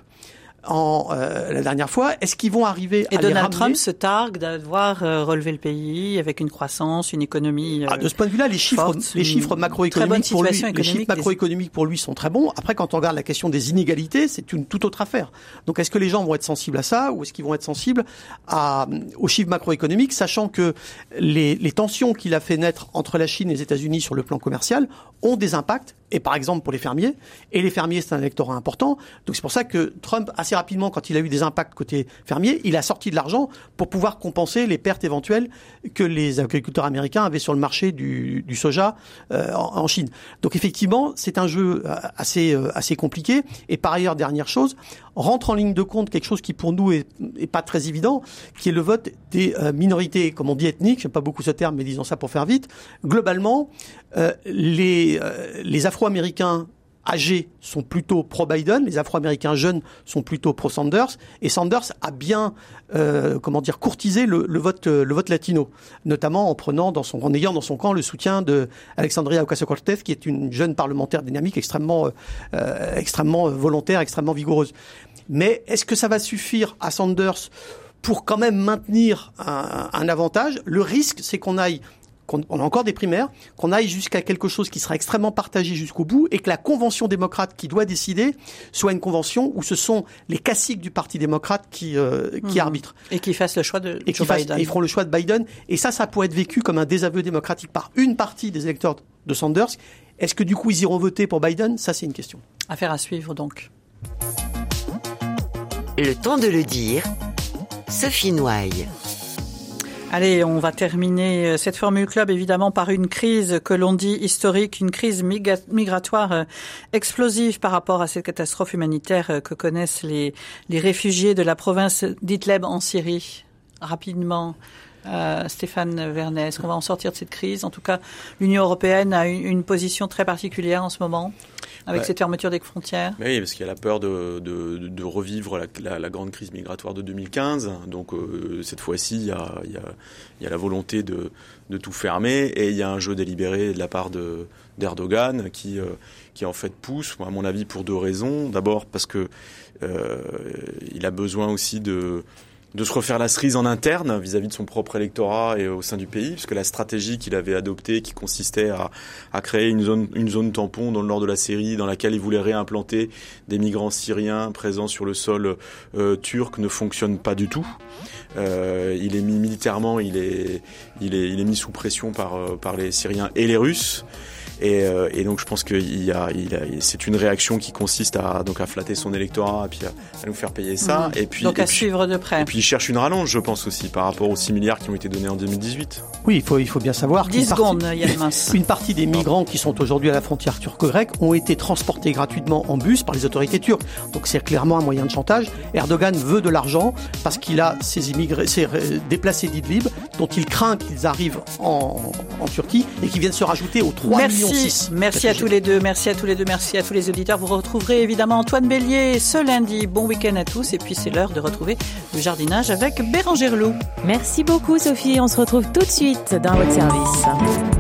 la dernière fois? Est-ce qu'ils vont arriver à les ramener? Et Donald Trump se targue d'avoir relevé le pays avec une croissance, une économie de ce point de vue-là, les chiffres macroéconomiques pour lui sont très bons. Après, quand on regarde la question des inégalités, c'est une toute autre affaire. Donc, est-ce que les gens vont être sensibles à ça, ou est-ce qu'ils vont être sensibles aux chiffres macroéconomiques, sachant que les tensions qu'il a fait naître entre la Chine et les États-Unis sur le plan commercial ont des impacts, et par exemple pour les fermiers, et les fermiers c'est un électorat important, donc c'est pour ça que Trump, assez rapidement, quand il a eu des impacts côté fermier, il a sorti de l'argent pour pouvoir compenser les pertes éventuelles que les agriculteurs américains avaient sur le marché du soja en Chine. Donc effectivement, c'est un jeu assez compliqué, et par ailleurs, dernière chose, rentre en ligne de compte quelque chose qui pour nous est pas très évident, qui est le vote des minorités, comme on dit ethniques, j'aime pas beaucoup ce terme, mais disons ça pour faire vite. Globalement, les Afro-Américains âgés sont plutôt pro-Biden, les Afro-Américains jeunes sont plutôt pro-Sanders, et Sanders a bien, courtisé le vote latino, notamment en ayant dans son camp le soutien de Alexandria Ocasio-Cortez, qui est une jeune parlementaire dynamique extrêmement volontaire, extrêmement vigoureuse. Mais est-ce que ça va suffire à Sanders pour quand même maintenir un avantage? Le risque, c'est qu'on a encore des primaires, qu'on aille jusqu'à quelque chose qui sera extrêmement partagé jusqu'au bout, et que la convention démocrate qui doit décider soit une convention où ce sont les caciques du Parti démocrate qui arbitrent. Et qui fassent le choix de Joe Biden. Et ils feront le choix de Biden. Et ça pourrait être vécu comme un désaveu démocratique par une partie des électeurs de Sanders. Est-ce que du coup ils iront voter pour Biden? Ça, c'est une question. Affaire à suivre donc. Le temps de le dire, Sophie Noailles. Allez, on va terminer cette Formule Club évidemment par une crise que l'on dit historique, une crise migratoire explosive par rapport à cette catastrophe humanitaire que connaissent les réfugiés de la province d'Idlib en Syrie. Rapidement, Stéphane Vernet, est-ce qu'on va en sortir de cette crise? En tout cas, l'Union européenne a une position très particulière en ce moment, avec cette fermeture des frontières. Oui, parce qu'il y a la peur de revivre la grande crise migratoire de 2015. Donc cette fois-ci, il y a la volonté de tout fermer, et il y a un jeu délibéré de la part d'Erdogan qui en fait pousse, à mon avis, pour deux raisons. D'abord parce que il a besoin aussi de de se refaire la cerise en interne vis-à-vis de son propre électorat et au sein du pays, puisque la stratégie qu'il avait adoptée, qui consistait à créer une zone tampon dans le nord de la Syrie, dans laquelle il voulait réimplanter des migrants syriens présents sur le sol turc, ne fonctionne pas du tout. Il est mis militairement, il est mis sous pression par les Syriens et les Russes. Et donc je pense que c'est une réaction qui consiste à flatter son électorat et puis à nous faire payer ça. Et puis, donc suivre de près. Et puis il cherche une rallonge, je pense aussi, par rapport aux 6 milliards qui ont été donnés en 2018. Oui, il faut bien savoir qu'une partie des migrants qui sont aujourd'hui à la frontière turco-grecque ont été transportés gratuitement en bus par les autorités turques. Donc c'est clairement un moyen de chantage. Erdogan veut de l'argent parce qu'il a ces déplacés d'Idlib dont il craint qu'ils arrivent en Turquie et qu'ils viennent se rajouter aux 3 millions. Merci à tous les deux, merci à tous les auditeurs. Vous retrouverez évidemment Antoine Bélier ce lundi. Bon week-end à tous et puis c'est l'heure de retrouver le jardinage avec Bérangère Loup. Merci beaucoup Sophie, on se retrouve tout de suite dans votre service.